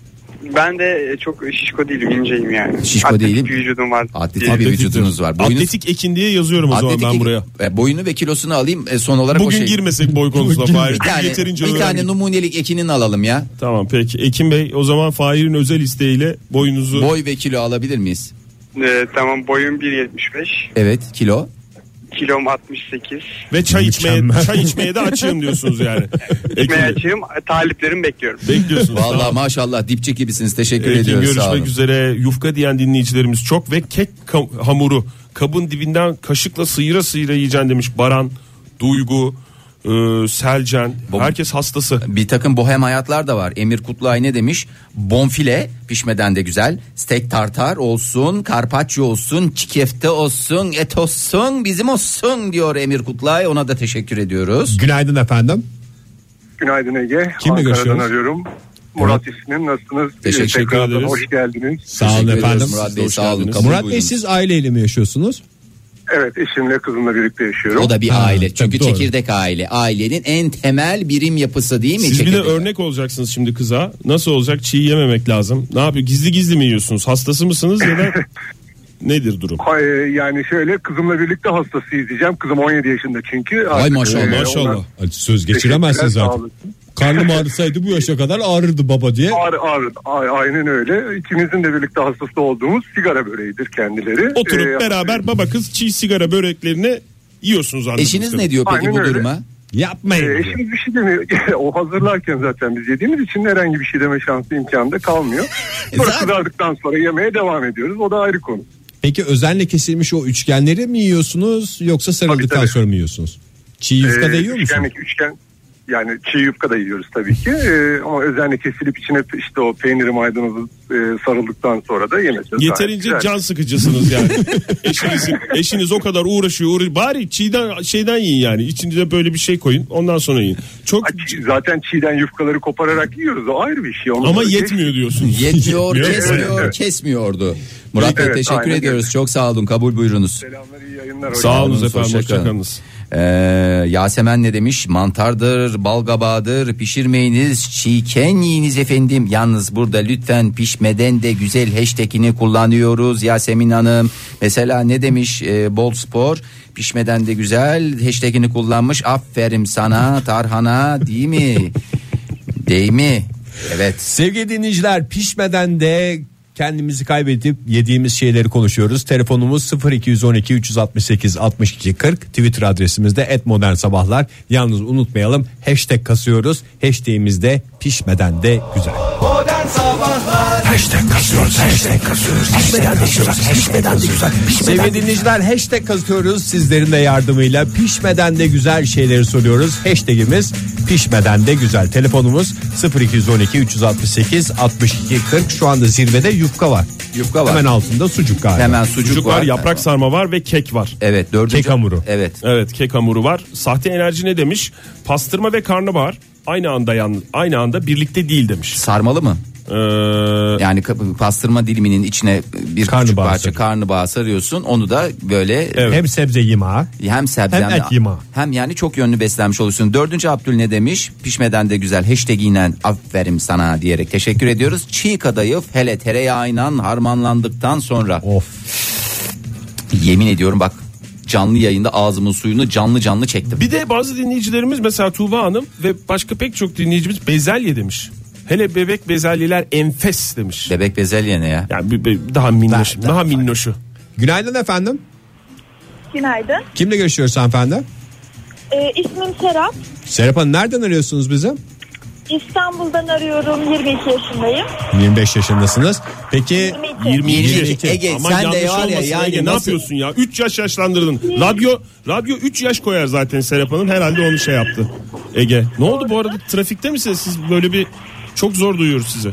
Ben de çok şişko değilim, inceyim yani. Şişko Atletik değilim. bir vücudum var. Atletik bir vücudunuz var. Boyunuz, Atletik Ekin diye yazıyorum o atletik zaman ben buraya. e, boyunu ve kilosunu alayım e, son olarak o Bugün şey. girmesek boy konusuna Fahir. Bir tane, Yeterince bir tane öğrendik. numunelik ekinin alalım ya. Tamam peki Ekin Bey o zaman Fahir'in özel isteğiyle boyunuzu Boy ve kilo alabilir miyiz? Ee, tamam, boyum bir yetmiş beş. Evet, kilo. Kilom altmış sekiz. ve çay içmeye Mükemmel. çay içmeye de açığım diyorsunuz yani. Ekin İçmeye Bey. açığım. Taliplerimi bekliyorum. Bekliyorsunuz. Vallahi Tamam. maşallah dipçik gibisiniz. Teşekkür Ekin ediyoruz. Sağ olun. görüşmek üzere. Yufka diyen dinleyicilerimiz çok ve kek ka- hamuru kabın dibinden kaşıkla sıyıra sıyıra yiyeceksin demiş Baran, Duygu, e, Selcan. Bu- Herkes hastası. Bir takım bohem hayatlar da var. Emir Kutlay ne demiş? Bonfile pişmeden de güzel. Steak tartar olsun, karpaccio olsun, çiğ köfte olsun, et olsun, bizim olsun diyor Emir Kutlay. Ona da teşekkür ediyoruz. Günaydın efendim. Günaydın Ege. Kimle Ankara'dan görüşüyoruz? arıyorum. Murat ismim. Nasılsınız? Teşekkür Tekrardan ederiz. Hoş geldiniz. Sağ olun Teşekkür efendim. ediyoruz Murat Bey, Hoş sağ olun. geldiniz. Kabul Murat Bey buyurunuz. siz aileyle mi yaşıyorsunuz? Evet, eşimle kızımla birlikte yaşıyorum. O da bir Ha, aile. Çünkü tabii, doğru. çekirdek aile. Ailenin en temel birim yapısı değil mi? Siz bir de Çekirdek. örnek olacaksınız şimdi kıza. Nasıl olacak? Çiğ yememek lazım. Ne yapıyor? Gizli gizli mi yiyorsunuz? Hastası mısınız ya da nedir durum? Hay- Yani şöyle, kızımla birlikte hastasıyız diyeceğim. Kızım on yedi yaşında çünkü. Ay Artık, maşallah, e, maşallah. ona- Hadi söz geçiremezsin Teşekkürler, sağ zaten. olun. Karnım ağrısaydı bu yaşa kadar ağrırdı baba diye. Ağır, ağır, a- aynen öyle. İkimizin de birlikte hastası olduğumuz sigara böreğidir kendileri. Oturup Ee, beraber baba kız çiğ sigara böreklerini yiyorsunuz anladığınız Eşiniz kadarıyla. ne diyor peki Aynen bu öyle. duruma? Yapmayın. E, eşimiz bir şey demiyor. O hazırlarken zaten biz yediğimiz için herhangi bir şey deme şansı, imkanı da kalmıyor. Sonra Zaten- kızardıktan sonra yemeye devam ediyoruz. O da ayrı konu. Peki özenle kesilmiş o üçgenleri mi yiyorsunuz yoksa sarıldıktan Tabii, tabii. sonra mı yiyorsunuz? Çiğ yufka da Ee, yiyor musunuz? üçgenlik, üçgen, yani çiğ yufka da yiyoruz tabii ki. Ee, ama özenle kesilip içine işte o peyniri, maydanozu e, sarıldıktan sonra da yemesi. gayet Yeterince güzel. can sıkıcısınız yani. Eşinizin, eşiniz o kadar uğraşıyor, uğraşıyor. Bari çiğden şeyden yiyin yani. İçinde böyle bir şey koyun. Ondan sonra yiyin. Çok Ha, çiğ- Zaten çiğden yufkaları kopararak yiyoruz. O ayrı bir şey. Onu ama böyle- yetmiyor diyorsunuz. Yetmiyor, Yetmiyor. kesmiyor, Evet. kesmiyordu. Murat Bey Evet, teşekkür aynen ediyoruz. öyle. Çok sağ olun. Kabul buyurunuz. Selamlar, iyi yayınlar. hoş Sağ olun Hoşça efendim. kalın. Hoşçakalınız. Ee, Yasemen ne demiş? Mantardır, balgabağıdır, pişirmeyiniz, çiğken yiyiniz efendim. Yalnız burada lütfen pişmeden de güzel hashtagini kullanıyoruz Yasemin Hanım. Mesela ne demiş ee, Bol Spor? Pişmeden de güzel hashtagini kullanmış. Aferin sana Tarhana, değil mi? Değil mi? Evet. Sevgili dinleyiciler, pişmeden de kendimizi kaybedip yediğimiz şeyleri konuşuyoruz. Telefonumuz sıfır iki on iki üç altı sekiz altmış iki kırk. Twitter adresimizde et modern sabahlar. Yalnız unutmayalım, hashtag kasıyoruz. Hashtagimiz de pişmeden de güzel. Modern Sabahlar Sevgili dinleyiciler, hashtag kazıyoruz. Sizlerin de yardımıyla pişmeden de güzel şeyleri soruyoruz. Hashtagimiz pişmeden de güzel. Telefonumuz sıfır iki on iki üç altı sekiz altmış iki kırk. Şu anda zirvede yufka var. Yufka var. Hemen altında sucuk galiba. Hemen sucuk, Sucuk var, yaprak sarma var ve kek var. Evet, dördüncü. Kek hamuru. Evet. Evet, kek hamuru var. Sahte enerji ne demiş? Pastırma ve karnabahar. aynı anda yan, aynı anda birlikte değil demiş. Sarmalı mı? Ee, Yani ka- pastırma diliminin içine bir Karnabahar küçük parça sarıyorsun. karnabahar sarıyorsun. Onu da böyle Evet. Hem sebze yemeği hem sebze Hem et yemeği. hem yani çok yönlü beslenmiş olursun. Dördüncü Abdül ne demiş? Pişmeden de güzel hashtag ile aferin sana diyerek teşekkür ediyoruz. Çiğ kadayıf hele tereyağıyla harmanlandıktan sonra. Of. Yemin ediyorum bak, canlı yayında ağzımın suyunu canlı canlı çektim. Bir de bazı dinleyicilerimiz mesela Tuğba Hanım ve başka pek çok dinleyicimiz bezelye demiş. Hele bebek bezelyeler enfes demiş. Bebek bezelye ne ya? Yani bir- bir- daha minnoş, daha, daha minnoşu. Günaydın efendim. Günaydın. Kimle görüşüyoruz hanımefendi? Ee, ismim Serap. Serap Hanım, nereden arıyorsunuz bizi? İstanbul'dan arıyorum. yirmi iki yaşındayım. yirmi beş yaşındasınız. Peki yirmi iki. yirmi iki. Ege, Ama sen de yanlış var ya, olmasın yani Ege, ne nasıl- yapıyorsun ya? üç yaş yaşlandırdın. Radyo radyo üç yaş koyar zaten Serap Hanım. Herhalde onu şey yaptı. Ege. Ne oldu bu arada, trafikte misiniz? Siz böyle bir çok zor duyuyoruz sizi.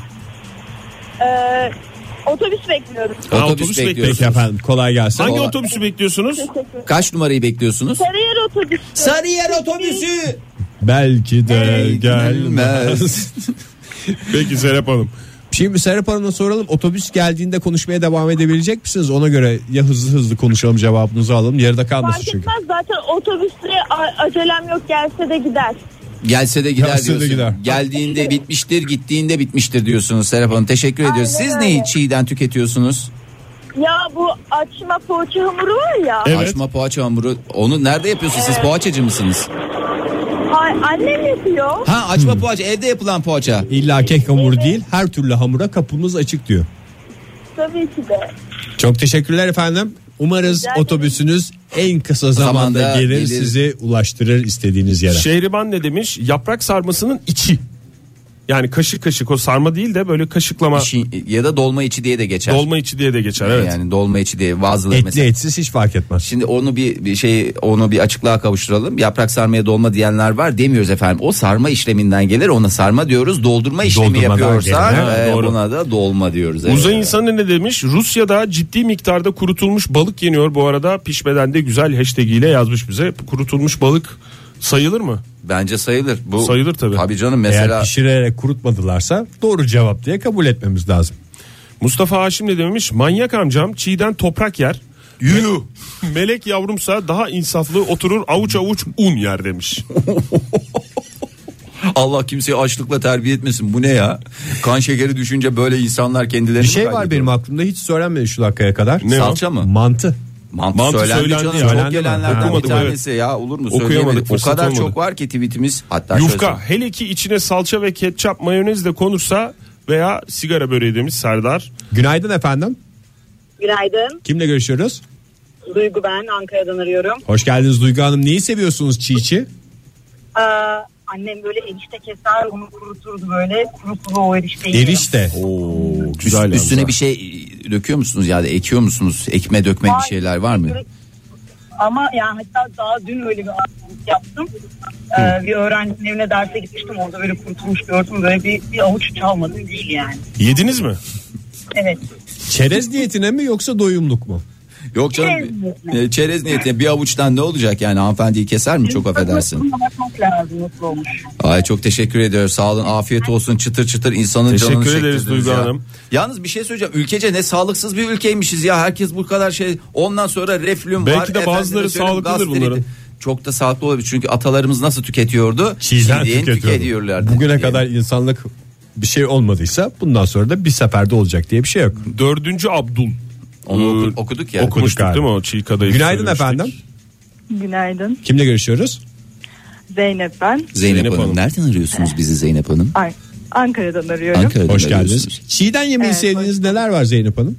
Ee, otobüs bekliyorum. Ha, Otobüs otobüs bekliyoruz. bekliyorsunuz. peki efendim, kolay gelsin. Hangi Kolay- otobüsü bekliyorsunuz? Kaç numarayı bekliyorsunuz? Sarıyer otobüsü. Sarıyer otobüsü. Belki de Ey, gelmez. Peki Serap Hanım. Şimdi Serap Hanım'a soralım, otobüs geldiğinde konuşmaya devam edebilecek misiniz? Ona göre ya hızlı hızlı konuşalım, cevabınızı alalım. Yarıda kalmasın Fark çünkü. etmez, zaten otobüsle a- acelem yok, gelse de gider. Gelse de gider Gelse de diyorsun. gider. Geldiğinde bitmiştir, gittiğinde bitmiştir diyorsunuz Serap Hanım. Teşekkür ediyoruz. Aynen Siz öyle. neyi çiğden tüketiyorsunuz? Ya bu açma poğaça hamuru var ya. Evet. Açma poğaça hamuru. Onu nerede yapıyorsunuz? Siz poğaçacı mısınız? Ay, annem yapıyor. Ha, açma poğaça, evde yapılan poğaça. İlla kek hamuru değil, her türlü hamura kapımız açık diyor. Tabii ki de. Çok teşekkürler efendim. Umarız Rica ederim. otobüsünüz en kısa zamanda, Zamanda gelir, gelir. sizi ulaştırır istediğiniz yere. Şehriban ne demiş? Yaprak sarmasının içi. Yani kaşık kaşık, o sarma değil de böyle kaşıklama, İşi- ya da dolma içi diye de geçer. dolma içi diye de geçer. Evet. Yani dolma içi diye bazıları Etli mesela. etsiz hiç fark etmez. Şimdi onu bir, bir şey onu bir açıklığa kavuşturalım. Yaprak sarmaya dolma diyenler var, demiyoruz efendim. O sarma işleminden gelir, ona sarma diyoruz. Doldurma işlemi Doldurmadan yapıyorsa gelir, e, doğru. buna da dolma diyoruz. Evet. Uzay insanı ne demiş? Rusya'da ciddi miktarda kurutulmuş balık yeniyor bu arada. Pişmeden de güzel hashtag ile yazmış bize. Kurutulmuş balık sayılır mı? Bence sayılır. Bu Sayılır tabii. Tabii canım, Eğer mesela pişirerek kurutmadılarsa doğru cevap diye kabul etmemiz lazım. Mustafa Haşim ne demiş? Manyak amcam çiğden toprak yer. Yuh. Melek yavrumsa daha insaflı oturur avuç avuç un yer demiş. Allah kimseyi açlıkla terbiye etmesin. Bu ne ya? Kan şekeri düşünce böyle insanlar kendilerini Bir şey mi var kaybediyor? benim aklımda, hiç söylenmedi şu dakikaya kadar. Ne o? Salça mı? Mantı. Mantı, Mantı söylendi, söylendi canım. ya. Çok Söylendi mi? gelenlerden bir Okumadım, tanesi ya, olur mu? Okuyamadık, Söyleyemedik. O fırsat kadar olmadı. çok var ki tweetimiz. Hatta Yufka. şöyle- Hele ki içine salça ve ketçap mayonez de konursa veya sigara böreği demiş Serdar. Günaydın efendim. Günaydın. Kimle görüşüyoruz? Duygu ben. Ankara'dan arıyorum. Hoş geldiniz Duygu Hanım. Neyi seviyorsunuz çiğ çiğ? Ee, annem böyle erişte keser, onu kuruturdu böyle. Kuru kuru o erişteyi. Erişte. Oo, Üst- güzel. üstüne yalnız bir şey döküyor musunuz ya da ekiyor musunuz? Ekme dökme bir şeyler var mı? Ama yani hatta daha dün öyle bir aktivite yaptım. Ee, bir öğrencinin evine derse gitmiştim. Orada böyle kurutulmuş gördüm. Böyle bir, bir avuç çalmadım değil yani. Yediniz mi? Evet. Çerez diyetine mi yoksa doyumluk mu? Yok canım, Çerez niyetine. e, çerez niyetine bir avuçtan ne olacak yani, hanımefendiyi keser mi, çok affedersin. Tadına bakmak lazım nasıl olmuş. Ay çok teşekkür ediyoruz, sağ olun, afiyet olsun, çıtır çıtır insanın Teşekkür canını ederiz çektirdiniz Duygu ya. Hanım. Yalnız bir şey söyleyeceğim, ülkece ne sağlıksız bir ülkeymişiz ya, herkes bu kadar şey, ondan sonra reflüm var. Belki de bazıları efendime söyleyeyim, sağlıklıdır gastrit. bunların. Çok da sağlıklı olabilir çünkü atalarımız nasıl tüketiyordu? Çiğden Çiğden tüketiyordu. tüketiyorlardı. Bugüne Yani. kadar insanlık bir şey olmadıysa bundan sonra da bir seferde olacak diye bir şey yok. Dördüncü Abdul. Onu Ee, oku- okuduk ya. Okumuştuk Okuduk değil mi o çiğ kadayıf? Günaydın söylemiştik. efendim. Günaydın. Kimle görüşüyoruz? Zeynep ben. Zeynep, Zeynep Hanım. Hanım. Nereden arıyorsunuz bizi Zeynep Hanım? Ay, Ankara'dan arıyorum. Ankara'dan Hoş geldiniz. arıyorsunuz. Çiğden yemeyi Evet, sevdiğiniz neler var Zeynep Hanım?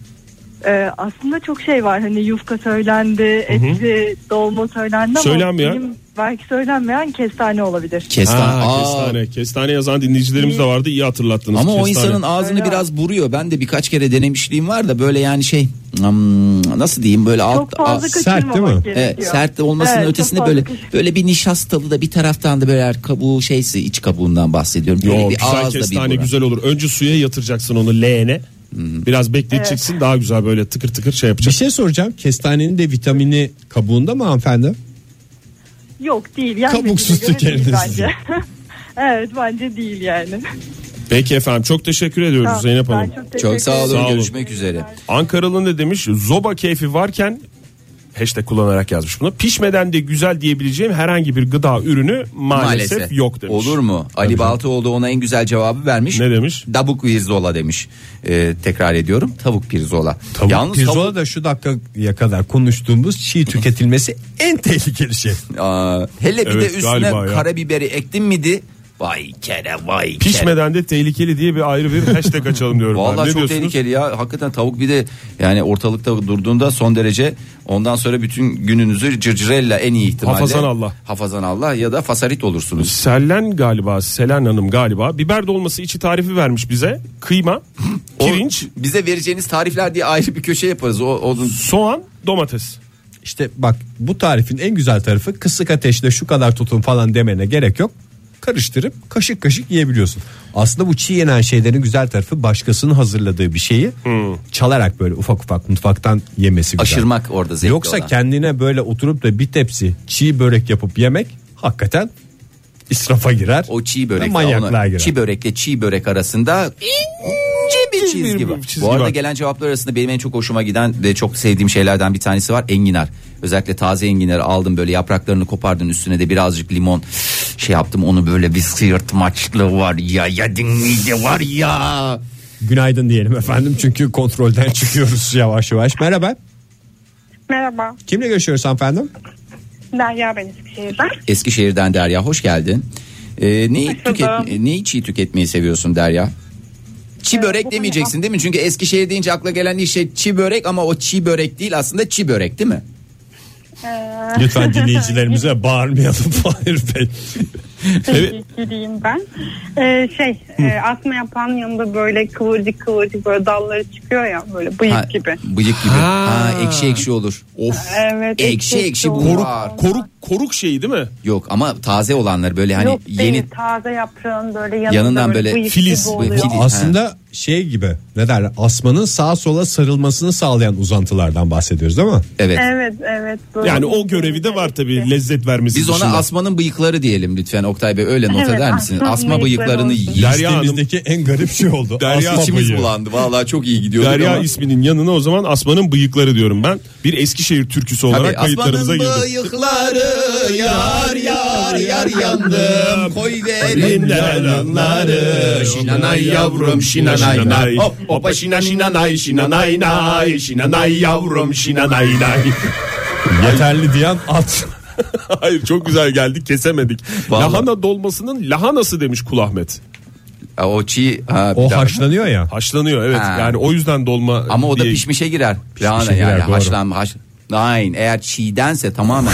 Ee, aslında çok şey var. Hani yufka söylendi, etli dolma söylendi ama Söylenmeyen? benim belki söylenmeyen kestane olabilir. Kestane. Ha, Aa, kestane. Kestane yazan dinleyicilerimiz de vardı, iyi hatırlattınız. Ama o Kestane. insanın ağzını Öyle biraz buruyor. Ben de birkaç kere denemişliğim var da böyle yani şey hmm, nasıl diyeyim böyle alt Çok fazla alt- sert değil mi? kaçırmamak Evet, gerekiyor. sert de olmasının Evet, çok ötesinde fazla böyle kaçır- böyle bir nişastalı da bir taraftan da böyle kabuğu şeysi iç kabuğundan bahsediyorum. Böyle Yo, bir güzel ağızda kestane bir buran. güzel olur. Önce suya yatıracaksın onu leğene. Biraz bekleteceksin, daha güzel böyle tıkır tıkır şey Bir yapacaksın. şey soracağım. Kestanenin de vitamini kabuğunda mı hanımefendi? Yok değil. Yenmediğine Kabuksuz göre değil tükeniniz. bence. Evet bence değil yani. Peki efendim, çok teşekkür ediyoruz Tamam, Zeynep ben Hanım. çok teşekkür Çok sağ olun, Sağ olun. görüşmek üzere. Ankaralı ne demiş? Zoba keyfi varken, hashtag kullanarak yazmış bunu. Pişmeden de güzel diyebileceğim herhangi bir gıda ürünü maalesef, Maalesef yok demiş. Olur mu? Ali Baltaoğlu ona en güzel cevabı vermiş. Ne demiş? Tavuk pirzola demiş. Ee, tekrar ediyorum, tavuk pirzola. Tavuk Yalnız pirzola tavuk- da şu dakikaya kadar konuştuğumuz çiğ tüketilmesi en tehlikeli şey. Aa, hele bir Evet, de üstüne galiba ya. karabiberi ektin miydi? Vay kere vay kere. Pişmeden de tehlikeli diye bir ayrı bir hashtag açalım diyorum. ben. Vallahi Ne çok diyorsunuz? tehlikeli ya. Hakikaten tavuk bir de yani ortalıkta durduğunda son derece, ondan sonra bütün gününüzü cırcırella en iyi ihtimalle. Hafazan Allah. Hafazan Allah ya da fasarit olursunuz. Selen galiba, Selen Hanım galiba biber dolması içi tarifi vermiş bize. Kıyma, pirinç, O, bize vereceğiniz tarifler diye ayrı bir köşe yaparız. O, o soğan, domates. İşte bak, bu tarifin en güzel tarafı kısık ateşte şu kadar tutun falan demene gerek yok. Karıştırıp kaşık kaşık yiyebiliyorsun. Aslında bu çiğ yenen şeylerin güzel tarafı başkasının hazırladığı bir şeyi çalarak böyle ufak ufak mutfaktan yemesi güzel. aşırmak orada zevkli Yoksa olan. kendine böyle oturup da bir tepsi çiğ börek yapıp yemek hakikaten israfa girer. O çiğ börek, manyaklığa ona- girer. çiğ börekle çiğ börek arasında ince bir çizgi var. çizgi Bu arada var. gelen cevaplar arasında benim en çok hoşuma giden ve çok sevdiğim şeylerden bir tanesi var, enginar. Özellikle taze enginarı aldım, böyle yapraklarını kopardın, üstüne de birazcık limon şey yaptım, onu böyle bir sıyırtmaçlı var ya, yedin miydi var ya. Günaydın diyelim efendim, çünkü kontrolden çıkıyoruz yavaş yavaş. Merhaba. Merhaba. Kimle görüşüyoruz hanımefendim? Derya ben Eskişehir'den. Eskişehir'den Derya, hoş geldin. Ee, neyi, Hoş tüket, buldum. neyi çiğ tüketmeyi seviyorsun Derya? Çiğ börek bu demeyeceksin değil mi? Çünkü Eskişehir deyince akla gelen ilk şey çiğ börek, ama o çiğ börek değil, aslında çiğ börek değil mi? Lütfen dinleyicilerimize bağırmayalım Fahir Bey. Peki gideyim ben. Ee, şey e, asma yaprağının yanında böyle kıvırcık kıvırcık böyle dalları çıkıyor ya, böyle bıyık Ha, gibi. Bıyık gibi. Ha. ekşi ekşi olur. Of. Evet. Ekşi ekşi bu. Koruk, var. koruk, koruk şeyi değil mi? Yok ama taze olanlar böyle hani Yok yeni değil, taze yaprağın böyle yanında Yanından böyle bıyık filiz, gibi oluyor. filiz. Aslında şey gibi, ne derler, asmanın sağa sola sarılmasını sağlayan uzantılardan bahsediyoruz değil mi? evet. Evet evet. Böyle Yani o görevi de var tabii, lezzet vermesi Biz ona dışında. asmanın bıyıkları diyelim lütfen Oktay Bey, öyle not Evet, eder misiniz? asmanın Asma bıyıkları bıyıklarını olsun. yiyin. Derya Hanım- Listemizdeki en garip şey oldu. Derya Asma İçimiz bıyığı. bulandı vallahi, çok iyi gidiyorduk Derya ama. isminin yanına o zaman asmanın bıyıkları diyorum ben. Bir Eskişehir türküsü olarak Tabii, kayıtlarımıza asmanın girdi. bıyıkları yar yar yar yandım, koy verin Elinden yanları, şinanay yavrum şinanay. Hop hopa şina şinanay şinanay nay şinanay yavrum şinanay nay. Yeterli diyen at. Hayır, çok güzel geldi, kesemedik. Vallahi. Lahana dolmasının lahanası demiş Kul Ahmet. Ha, o çiğ ha, bir O daha- haşlanıyor ya. Haşlanıyor evet, Ha. yani o yüzden dolma Ama o da diye- pişmişe girer. Lahana girer, yani doğru. haşlanma haş. Nein, eğer çiğdense tamamen.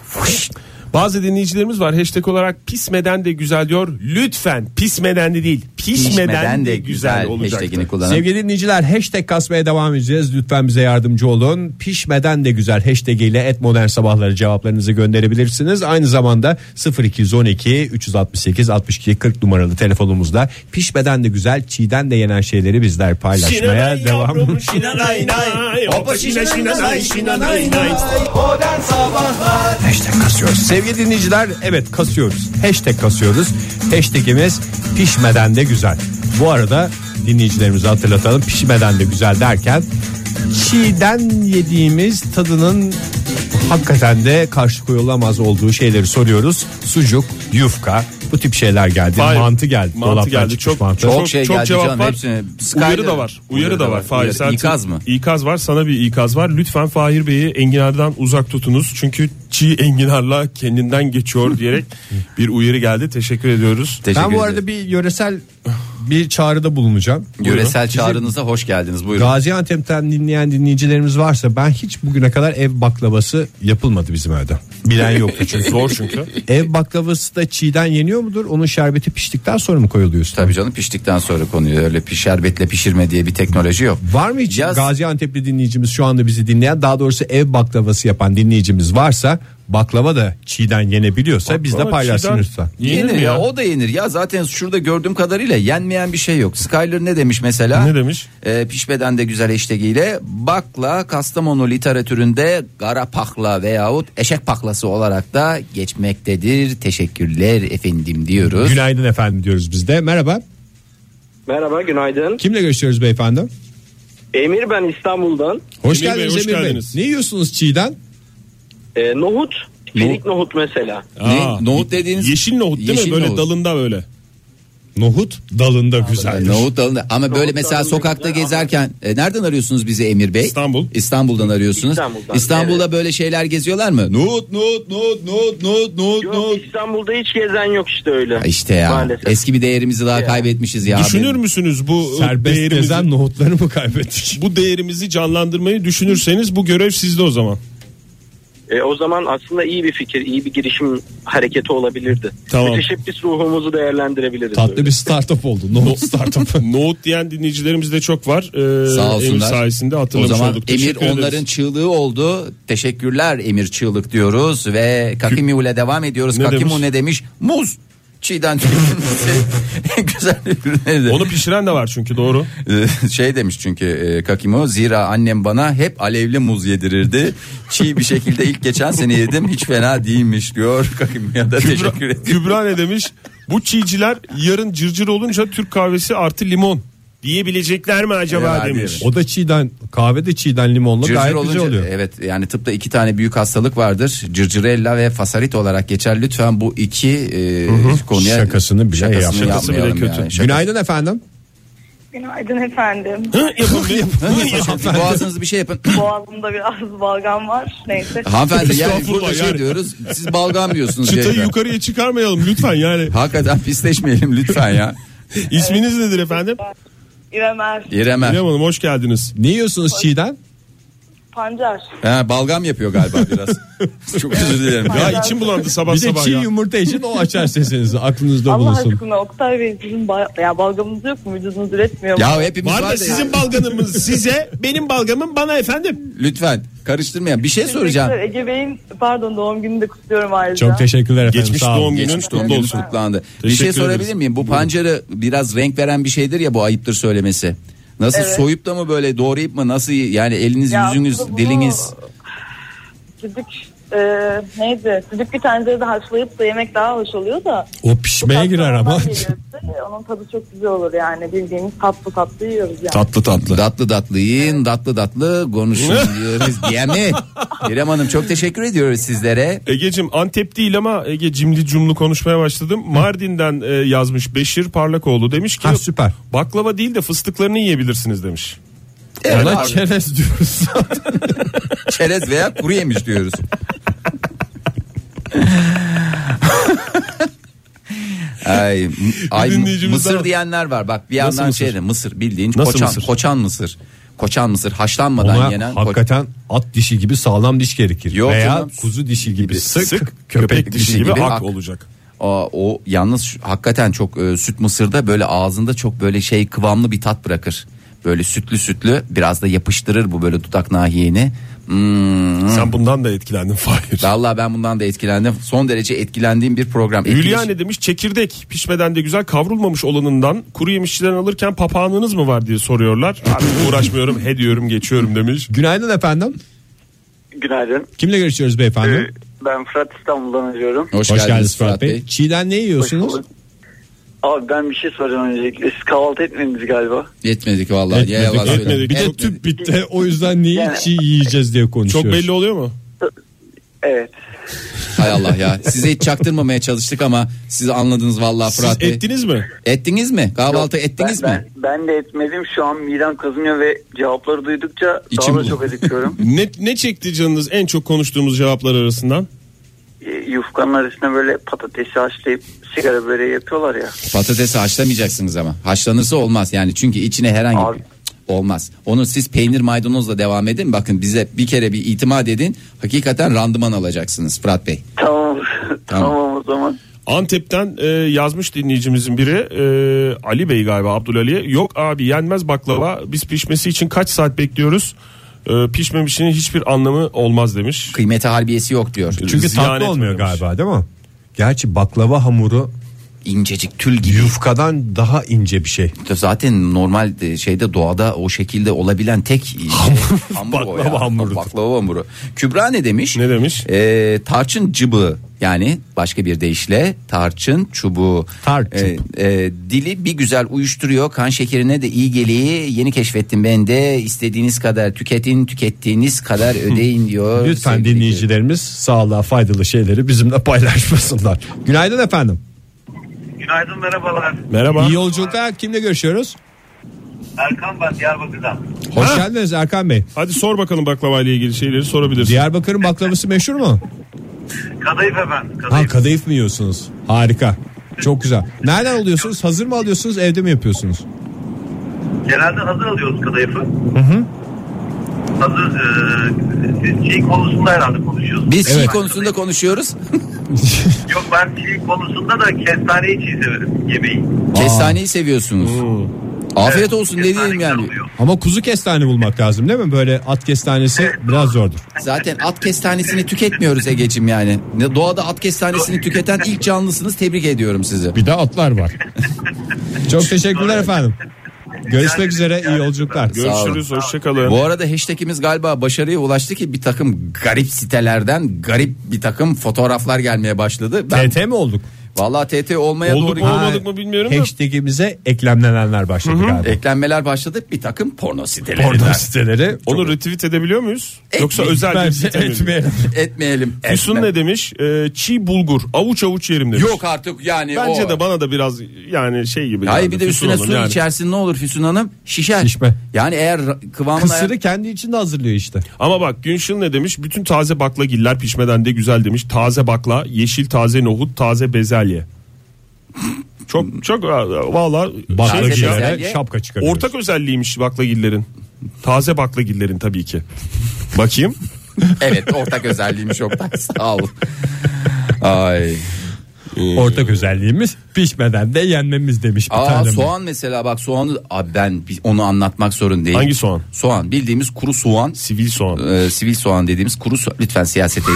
Bazı dinleyicilerimiz var, hashtag olarak pismeden de güzel diyor. Lütfen pismeden de değil, pişmeden, de güzel olacak. hashtagini kullanın. Sevgili dinleyiciler, hashtag kasmaya devam edeceğiz. Lütfen bize yardımcı olun. Pişmeden de güzel hashtag ile et modern sabahları cevaplarınızı gönderebilirsiniz. Aynı zamanda sıfır iki on iki üç altı sekiz altmış iki kırk numaralı telefonumuzda pişmeden de güzel, çiğden de yenen şeyleri bizler paylaşmaya devam edeceğiz. Şinanay nay, hopa şina şinanay şinanay nay. Modern Sabahlar Hashtag kasıyoruz. Sevgili dinleyiciler, evet kasıyoruz. Hashtag kasıyoruz. Hashtagimiz pişmeden de güzel. Bu arada dinleyicilerimize hatırlatalım. Pişmeden de güzel derken çiğden yediğimiz tadının hakikaten de karşı koyulamaz olduğu şeyleri soruyoruz. Sucuk, yufka, bu tip şeyler geldi. Hayır, Mantı geldi. mantı Dolaptan geldi. çıkmış Çok- mantı. Çok, Çok- şey çok geldi cevap canım var. hepsine. Uyarı da var. Uyarı da var. Fahir, sen- İkaz mı? İkaz var. Sana bir ikaz var. Lütfen Fahir Bey'i enginardan uzak tutunuz. Çünkü çiğ enginarla kendinden geçiyor diyerek bir uyarı geldi. Teşekkür ediyoruz. Teşekkür Ben bu ederim. arada bir yöresel bir çağrıda bulunacağım. Yöresel Bizim çağrınıza hoş geldiniz. Buyurun. Gaziantep'ten dinleyen dinleyicilerimiz varsa, ben hiç bugüne kadar ev baklavası yapılmadı bizim evde. Bilen yoktu çünkü. Zor çünkü. Ev baklavası da çiğden yeniyor mudur? Onun şerbeti piştikten sonra mı koyuluyor üstüne? Tabii canım, piştikten sonra konuyor. Öyle piş, şerbetle pişirme diye bir teknoloji yok. Var mı hiç Yaz- Gaziantep'li dinleyicimiz şu anda bizi dinleyen, daha doğrusu ev baklavası yapan dinleyicimiz varsa baklava da çiğden yenebiliyorsa biz de Baklava paylaşsın çiğden lütfen. yenir Yenir mi ya, ya? o da yenir ya, zaten şurada gördüğüm kadarıyla yenmeyen bir şey yok. Skyler ne demiş mesela? Ne demiş? Ee, pişmeden de güzel eştegiyle bakla Kastamonu literatüründe kara pakla veyahut eşek paklası olarak da geçmektedir. Teşekkürler efendim diyoruz. Günaydın efendim diyoruz biz de. Merhaba. Merhaba, günaydın. Kimle görüşüyoruz beyefendi? Emir, ben İstanbul'dan. Hoş Emir Bey, geldiniz hoş Emir Bey. geldiniz. Ne yiyorsunuz çiğden? Ee, nohut, filik nohut mesela. Ne? Aa, Nohut dediğiniz yeşil nohut değil yeşil mi? Böyle nohut. dalında böyle. Nohut dalında güzeldir. Nohut dalında. Ama böyle mesela dalında sokakta güzel gezerken e, nereden arıyorsunuz bizi Emir Bey? İstanbul. İstanbul'dan arıyorsunuz. İstanbul'dan, İstanbul'da evet. böyle şeyler geziyorlar mı? Nohut nohut nohut nohut nohut nohut Yok, nohut. İstanbul'da hiç gezen yok işte öyle. İşte ya, Maalesef. eski bir değerimizi daha Ya. kaybetmişiz ya. Düşünür abi. müsünüz bu Serbest değerimizi? gezen nohutları mı kaybettik? Bu değerimizi canlandırmayı düşünürseniz bu görev sizde o zaman. E, o zaman aslında iyi bir fikir, iyi bir girişim hareketi olabilirdi. Tamam. Müteşebbis ruhumuzu değerlendirebiliriz. Tatlı böyle. bir startup oldu. Nohut startup. Nohut diyen dinleyicilerimiz de çok var. Ee, Sağ Emir olsunlar. sayesinde O hatırlamış zaman olduk. Emir Teşekkür ederiz. onların çığlığı oldu. Teşekkürler Emir çığlık diyoruz ve Kakimu ile devam ediyoruz. Ne Kakimu demiş? ne demiş? Muz. Çiğden tüketilmesi en güzel ürünleri. Onu pişiren de var çünkü, doğru. Ee, şey demiş çünkü e, Kakimu, zira annem bana hep alevli muz yedirirdi. Çiğ bir şekilde ilk geçen sene yedim, hiç fena değilmiş diyor. Kakimu'ya da Kübra, teşekkür ederim. Kübra ne demiş? Bu çiğciler yarın cırcır olunca Türk kahvesi artı limon diyebilecekler mi acaba Evet, demiş. evet. O da çiğden, kahve de çiğden limonla Cırcır gayet olunca, güzel oluyor. evet, yani tıpta iki tane büyük hastalık vardır. Cırcırella ve fasarit olarak geçer. Lütfen bu iki e, konuya Şakasını bile şakasını yapmayalım. Şakası bile yapmayalım kötü. yani. Şaka- Günaydın efendim. Günaydın efendim. Hı, yapın bir- Bir boğazınızı bir şey yapın. Boğazımda biraz balgam var. Neyse. Hanımefendi yani Estağfurullah burada şey yani. diyoruz. Siz balgam diyorsunuz. Çıtayı Ceyda. yukarıya çıkarmayalım lütfen yani. Hakikaten pisleşmeyelim lütfen ya. İsminiz nedir efendim? İrem Er, İrem Er. İrem Hanım, hoş geldiniz. Ne yiyorsunuz çiğden? pancar. Ha, balgam yapıyor galiba biraz. Çok özür dilerim. Ya içim bulandı sabah Bir de sabah çiğ ya. yumurta için o açar sesinizi. Aklınızda Allah bulunsun. aşkına Oktay Bey, sizin ba- ya balgamınız yok mu? Vücudunuz üretmiyor mu? Ya hepimiz Var var da da sizin ya. balgamınız size, benim balgamım bana efendim. Lütfen karıştırmayın. Bir şey soracağım. Teşekkürler. Ege Bey'in pardon doğum gününü de kutluyorum ayrıca. Çok teşekkürler efendim. Geçmiş Sağ olun. doğum günün Geçmiş doğum kutlu günü olsun. kutlandı. Bir Teşekkür şey sorabilir ederiz. miyim? Bu pancarı biraz renk veren bir şeydir ya, bu ayıptır söylemesi. Nasıl, Evet. soyup da mı böyle doğrayıp mı, nasıl yani, eliniz Ya yüzünüz aslında bunu diliniz Düdük e, neydi? Düdük bir tencerede haşlayıp da yemek daha hoş oluyor da. O pişmeye girer ama. Onun tadı çok güzel olur yani, bildiğimiz tatlı tatlı yiyoruz yani. Tatlı tatlı. tatlı tatlı yiyin, tatlı tatlı konuşun diyoruz diye mi? İrem Hanım, çok teşekkür ediyoruz sizlere. Ege'cim, Antep değil ama Ege cimli cumlu konuşmaya başladım. Mardin'den e, yazmış Beşir Parlakoğlu, demiş ki Ha, süper. baklava değil de fıstıklarını yiyebilirsiniz demiş. Evet Ona abi. çerez diyoruz. Çerez veya kuru yemiş diyoruz. ay, m- ay dinleyicimiz mısır daha- diyenler var. Bak bir Nasıl yandan mısır? şeyde mısır bildiğin Nasıl koçan, mısır? koçan mısır. Koçan mısır haşlanmadan Ona yenen. ko- hakikaten at dişi gibi sağlam diş gerekir. Yok Veya canım. kuzu dişi gibi sık, Sık, köpek, dişi gibi, gibi ak ak. olacak. O, o yalnız şu- hakikaten çok e, süt mısırda böyle ağzında çok böyle şey kıvamlı bir tat bırakır. Böyle sütlü sütlü, biraz da yapıştırır bu böyle dudak nahiyeni. Hmm. Sen bundan da etkilendin Fahir. Vallahi ben bundan da etkilendim. Son derece etkilendiğim bir program. Hülya Etkileş- ne demiş? Çekirdek pişmeden de güzel, kavrulmamış olanından kuru yemişçiden alırken papağanınız mı var diye soruyorlar. Abi uğraşmıyorum, he diyorum, geçiyorum demiş. Günaydın efendim. Günaydın. Kimle görüşüyoruz beyefendi? Ee, ben Fırat, İstanbul'dan arıyorum. Hoş, Hoş geldiniz Fırat Bey. Çiğden ne yiyorsunuz? Abi ben bir şey soracağım öncelikle. Siz kahvaltı etmediniz galiba. Etmedik vallahi. Etmedik, Ya yalan söyleme. etmedik. Bir de Çok- tüp bitti. O yüzden neyi Yani- çiğ yiyeceğiz diye Çok konuşuyoruz. belli oluyor mu? Evet. Hay Allah ya. Size hiç çaktırmamaya çalıştık ama siz anladınız vallahi Siz Fırat Bey. ettiniz mi? Ettiniz mi? Kahvaltı Yok, ettiniz ben, mi? Ben, ben de etmedim. Şu an midem kazınıyor ve cevapları duydukça İçim daha da bu. çok acıkıyorum. Ne, ne çekti canınız en çok konuştuğumuz cevaplar arasından? E, Yufkanın arasına böyle patatesi haşlayıp sigara böreği yapıyorlar ya. Patatesi haşlamayacaksınız ama. Haşlanırsa olmaz yani, çünkü içine herhangi Abi. bir... Olmaz. Onu siz peynir maydanozla devam edin. Bakın bize bir kere bir itimat edin. Hakikaten randıman alacaksınız Fırat Bey. Tamam. Tamam. tamam o zaman. Antep'ten e, yazmış dinleyicimizin biri, e, Ali Bey galiba, Abdülali'ye. Yok abi, yenmez baklava, biz pişmesi için kaç saat bekliyoruz? e, pişmemişinin hiçbir anlamı olmaz demiş. Kıymeti harbiyesi yok diyor. Çünkü Ziyanet tatlı olmuyor demiş. galiba, değil mi? Gerçi baklava hamuru İncecik tül gibi. yufkadan daha ince bir şey. Zaten normal şeyde doğada o şekilde olabilen tek hamur o ya. Baklava hamuru. Baklava hamuru. Kübra ne demiş? Ne demiş? Ee, tarçın cıbığı, yani başka bir deyişle tarçın çubuğu. Tarçın. Ee, e, dili bir güzel uyuşturuyor, kan şekerine de iyi geliyor. Yeni keşfettim ben de, istediğiniz kadar tüketin, tükettiğiniz kadar ödeyin diyor. Lütfen Sevgili dinleyicilerimiz sağlığa faydalı şeyleri bizimle paylaşmasınlar. Günaydın efendim. Günaydın, merhabalar. Merhaba. İyi yolculuklar. Kimle görüşüyoruz? Erkan ben, Diyarbakır'dan. Hoş Ha? geldiniz Erkan Bey. Hadi sor bakalım baklava ile ilgili şeyleri sorabilirsin. Diyarbakır'ın baklavası meşhur mu? Kadayıf efendim. Ha, Kadayıf. kadayıf mı yiyorsunuz? Harika. Çok güzel. Nereden alıyorsunuz? Hazır mı alıyorsunuz? Evde mi yapıyorsunuz? Genelde hazır alıyoruz kadayıfı. Hı hı. Hazır e, çiğ konusunda herhalde konuşuyoruz. Biz çiğ Evet. konusunda konuşuyoruz. Yok, ben çiğ konusunda da kestaneyi çiğ severim, yemeği. Kestaneyi seviyorsunuz. Afiyet Evet, olsun ne kestane diyeyim güzel yani. oluyor. Ama kuzu kestane bulmak lazım değil mi? Böyle at kestanesi biraz zordur. Zaten at kestanesini tüketmiyoruz Egeciğim yani. Ne- Doğada at kestanesini tüketen ilk canlısınız, tebrik ediyorum sizi. Bir de atlar var. Çok teşekkürler efendim. Görüşmek üzere, iyi yolculuklar. Görüşürüz, hoşçakalın. Bu arada hashtagimiz galiba başarıya ulaştı ki bir takım garip sitelerden garip bir takım fotoğraflar gelmeye başladı. Ben, T T mi olduk? vallahi T T olmaya Olduk doğru mu olmadık mı bilmiyorum da. Hashtag'imize eklemlenenler başladı galiba. eklenmeler başladı, bir takım porno sitelerinden. Porno siteleri. Onu retweet edebiliyor muyuz? Yoksa Etmeyin. özel bir Bence site mi? etmeyelim. Etmeyelim. Füsun etme. ne demiş? Ee, çiğ bulgur, avuç avuç yerim demiş. Yok artık yani Bence o. de bana da biraz yani şey gibi. Hayır, geldi, bir de Füsun üstüne Hanım su yani. içersin ne olur Füsun Hanım? Şişer. Şişme. Yani eğer kıvamına... Kısırı kendi içinde hazırlıyor işte. Ama bak Günşil ne demiş? Bütün taze baklagiller pişmeden de güzel demiş. Taze bakla, yeşil taze nohut, taze bezelye. Çok çok valla Baklagillere bezelye. şapka çıkarıyoruz. ortak özelliğiymiş baklagillerin. Taze baklagillerin tabii ki. Bakayım. Evet, ortak özelliğiymiş Oktay, sağ ol. Ay. Ortak özelliğimiz pişmeden de yenmemiz demiş bir Aa, tane. soğan mesela, bak soğanı abi ben bir- onu anlatmak zorundayım. Hangi soğan? Soğan, bildiğimiz kuru soğan. Sivil soğan. e, sivil soğan dediğimiz kuru soğan. Lütfen siyasete.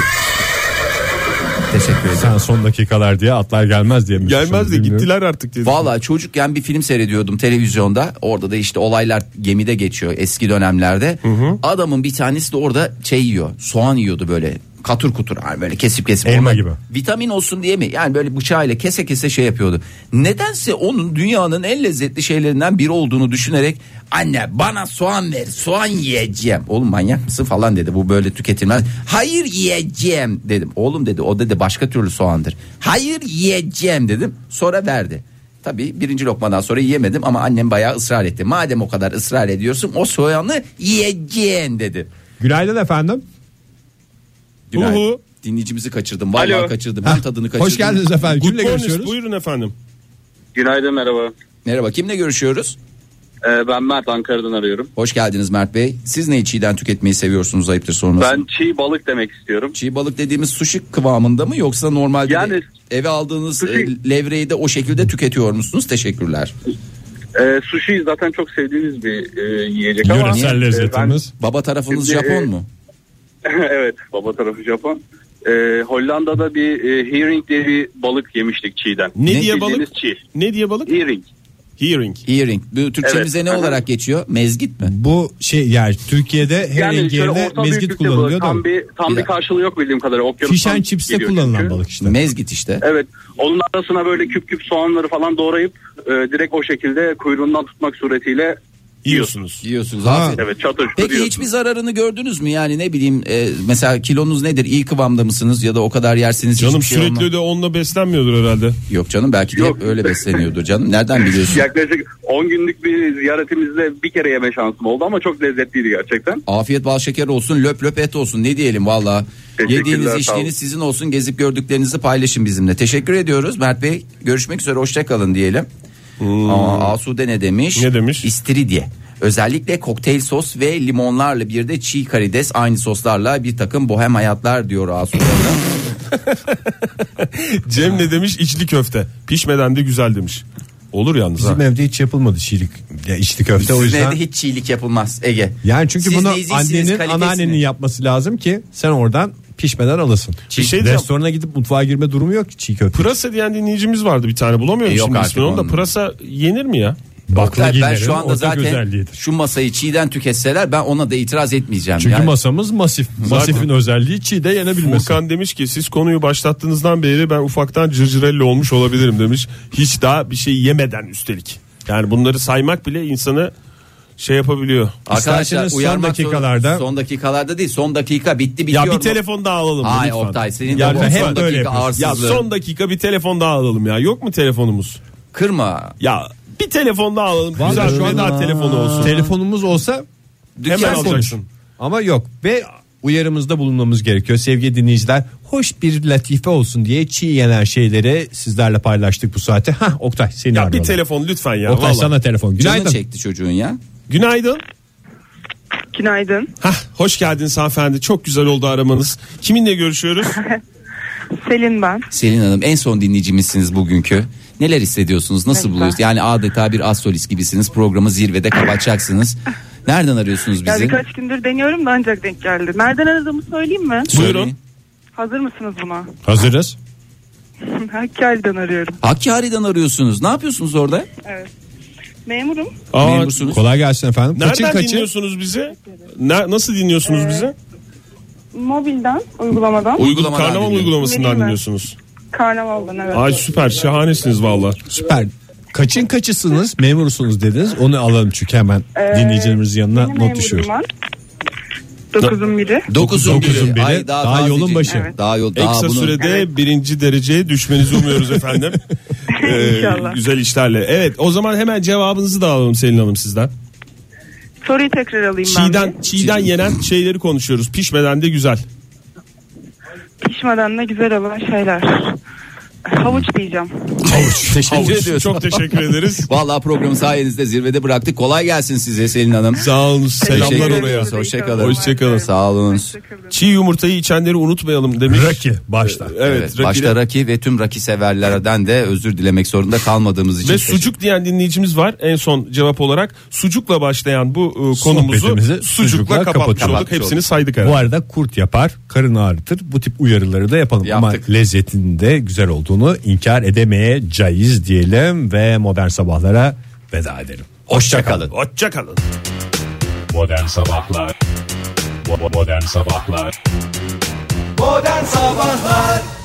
Teşekkür ederim. Sen son dakikalar diye atlar gelmez diye mi? Gelmez de düşündün, bilmiyorum. gittiler artık dedi. Vallahi çocukken bir film seyrediyordum televizyonda. Orada da işte olaylar gemide geçiyor eski dönemlerde. Adamın bir tanesi de orada şey yiyor. Soğan yiyordu böyle. Katır kutur yani böyle kesip kesip. Elma Ona gibi. Vitamin olsun diye mi? Yani böyle bıçağıyla kese kese şey yapıyordu. Nedense onun dünyanın en lezzetli şeylerinden biri olduğunu düşünerek anne bana soğan ver, soğan yiyeceğim. Oğlum manyak mısın falan dedi, bu böyle tüketilmez. Hayır yiyeceğim dedim. Oğlum dedi, o dedi başka türlü soğandır. Hayır yiyeceğim dedim, sonra verdi. Tabii birinci lokmadan sonra yiyemedim ama annem bayağı ısrar etti. Madem o kadar ısrar ediyorsun o soğanı yiyeceksin dedi. Günaydın efendim. Günaydın. Uhu. Dinleyicimizi kaçırdım. Vallahi Alo. kaçırdım. Ben tadını kaçırdım. Hoş geldiniz efendim. Good Kimle morning, görüşüyoruz? buyurun efendim. Günaydın, merhaba. Merhaba, kimle görüşüyoruz? Ee, ben Mert, Ankara'dan arıyorum. Hoş geldiniz Mert Bey. Siz neyi çiğden tüketmeyi seviyorsunuz, ayıptır sorması? Ben çiğ balık demek istiyorum. Çiğ balık dediğimiz sushi kıvamında mı yoksa normalde Yani- de eve aldığınız Sushi- e, levreyi de o şekilde tüketiyor musunuz? Teşekkürler. Ee, sushi zaten çok sevdiğimiz bir e, yiyecek ama... Yöresel e, lezzetimiz. Baba tarafınız Şimdi, Japon e, mu? ben- evet, baba tarafı Japon. Ee, Hollanda'da bir e, herring diye bir balık yemiştik çiğden. Ne, Ne diye Bildiğiniz balık? çiğ. Ne diye balık? Herring. Hearing. Earring. Bu Türkçemize Evet. ne Aha. olarak geçiyor? Mezgit mi? Bu şey yani Türkiye'de Yani herring şöyle yerine orta mezgit büyüklükte kullanılıyor balık. da. Tam bir, tam Bir bir dakika. karşılığı yok bildiğim kadarıyla. Okyanustan Fish and chips'te geliyor kullanılan çünkü. balık işte. Mezgit işte. Evet. Onun arasına böyle küp küp soğanları falan doğrayıp e, direkt o şekilde kuyruğundan tutmak suretiyle Yiyorsunuz. Yiyorsunuz. Ha. Aferin. evet çatır Peki çatır hiçbir zararını gördünüz mü? Yani ne bileyim e, mesela kilonuz nedir? İyi kıvamda mısınız ya da o kadar yersiniz Canım hiçbir şey sürekli olmaz? de onunla beslenmiyordur herhalde. Yok canım, belki de Yok. hep öyle besleniyordur canım. Nereden biliyorsun? Yaklaşık on günlük bir ziyaretimizde bir kere yeme şansım oldu ama çok lezzetliydi gerçekten. Afiyet bal şeker olsun, löp löp et olsun, ne diyelim valla. Teşekkürler, Yediğiniz sağ olun. içtiğiniz sizin olsun, gezip gördüklerinizi paylaşın bizimle. Teşekkür ediyoruz Mert Bey, görüşmek üzere, hoşçakalın diyelim. Aa, Asude ne demiş? Ne demiş? İstiridye. Özellikle kokteyl sos ve limonlarla bir de çiğ karides, aynı soslarla bir takım bohem hayatlar diyor Asude. Cem ne demiş? İçli köfte. Pişmeden de güzel demiş. Olur yalnız. Bizim ha. evde hiç yapılmadı çiğlik, ya içli köfte. Sizin O yüzden evde hiç çiğlik yapılmaz Ege. yani çünkü Siz bunu nezihsiniz, annenin kalitesiniz. anneannenin yapması lazım ki sen oradan pişmeden alasın. Bir şey diyeceğim. Restorana gidip mutfağa girme durumu yok ki çiğ köfte. Pırasa diyen dinleyicimiz vardı bir tane, bulamıyorum E, yok şimdi artık ismini. Onu da onun. pırasa yenir mi ya? Oktay, ben Baklagillerin şu anda ortak zaten özelliğidir. şu masayı çiğden tüketseler ben ona da itiraz etmeyeceğim. Çünkü yani. masamız masif. Masifin özelliği çiğ de yenebilmesi. Furkan demiş ki siz konuyu başlattığınızdan beri ben ufaktan cırcırelli olmuş olabilirim demiş. Hiç daha bir şey yemeden üstelik. Yani bunları saymak bile insanı şey yapabiliyor. Arkadaşlar İsterseniz son uyarmak dakikalarda- zorunda- son dakikalarda değil, son dakika bitti bitiyor. Ya bir mu? telefon daha alalım. Hayır lütfen. Oktay, senin Ya de bu lütfen. son hep böyle dakika yapıyorsun. Ya arsızlığı. son dakika bir telefon daha alalım ya. Yok mu telefonumuz? Kırma. Ya bir telefon daha alalım. Vallahi Güzel şu bir an- veda telefonu olsun. Telefonumuz olsa Hemen Dükkan alacaksın. ama yok ve uyarımızda bulunmamız gerekiyor sevgili dinleyiciler. Hoş bir latife olsun diye çiğ yenen şeyleri sizlerle paylaştık bu saate. Hah Oktay seni Ya arayalım. bir telefon lütfen ya. Oktay vallahi. sana telefon. Canı Günaydın. çekti çocuğun ya. Günaydın. Günaydın. Hah, hoş geldiniz hanımefendi. Çok güzel oldu aramanız. Kiminle görüşüyoruz? Selin ben. Selin Hanım en son dinleyicimizsiniz bugünkü. Neler hissediyorsunuz? Nasıl Ne güzel. buluyorsunuz? Yani adeta bir astrolist gibisiniz. Programı zirvede kapatacaksınız. Nereden arıyorsunuz Ya bizi? birkaç gündür deniyorum da ancak denk geldi. Nereden aradığımı söyleyeyim mi? Söyleyin. Buyurun. Hazır mısınız buna? Hazırız. Hakkari'den arıyorum. Hakkari'den arıyorsunuz. Ne yapıyorsunuz orada? Evet. Memurum. Aa, Memursunuz. Kolay gelsin efendim. Kaçın nereden kaçın? dinliyorsunuz bizi? Ne, nasıl dinliyorsunuz Ee, bizi? Mobilden, uygulamadan. Uygulamadan Karnaval dinliyorum. uygulamasından Vereyim mi? dinliyorsunuz. Karnavaldan evet. Ay süper, şahanesiniz valla. Süper. Kaçın kaçısınız memursunuz dediniz. Onu alalım çünkü hemen Ee, dinleyicilerimizin yanına Benim not memurum düşüyor. var. Dokuzun biri. Dokuzun Dokuzun biri. biri. Ay, Daha yolun diyecek. başı. Evet. Daha yol. En Daha kısa bunu- sürede Evet. birinci dereceye düşmenizi umuyoruz efendim. Ee, İnşallah. güzel işlerle. Evet, o zaman hemen cevabınızı da alalım Selin Hanım sizden. Soruyu tekrar alayım ben Çiğden de. çiğden yenen şeyleri konuşuyoruz. Pişmeden de güzel. Pişmeden de güzel olan şeyler. Havuç diyeceğim. Teşekkür Havuç. ediyoruz. Çok teşekkür ederiz. Vallahi programı sayenizde zirvede bıraktık. Kolay gelsin size Selin Hanım. Sağ olun. Selamlar Teşekkür oraya. ediyoruz. Hoşçakalın. Hoşçakalın. Sağ olun. Hoşçakalın. Çiğ yumurtayı içenleri unutmayalım demiş. Raki başta. Evet, Evet, rakıyla- başta Raki ve tüm Raki severlerden de özür dilemek zorunda kalmadığımız için. Ve sucuk diyen dinleyicimiz var en son cevap olarak. Sucukla başlayan bu e, konumuzu Sohbetimizi sucukla, sucukla kapatmış kapatıyoruz. olduk. Hepsini saydık Bu herhalde. arada kurt yapar, karın ağrıtır. Bu tip uyarıları da yapalım. Yaptık. Ama lezzetinin de güzel olduğunu inkar edemeye caiz diyelim ve modern sabahlara veda edelim. Hoşçakalın. Hoşçakalın. Modern Sabahlar Bo- Modern Sabahlar Modern Sabahlar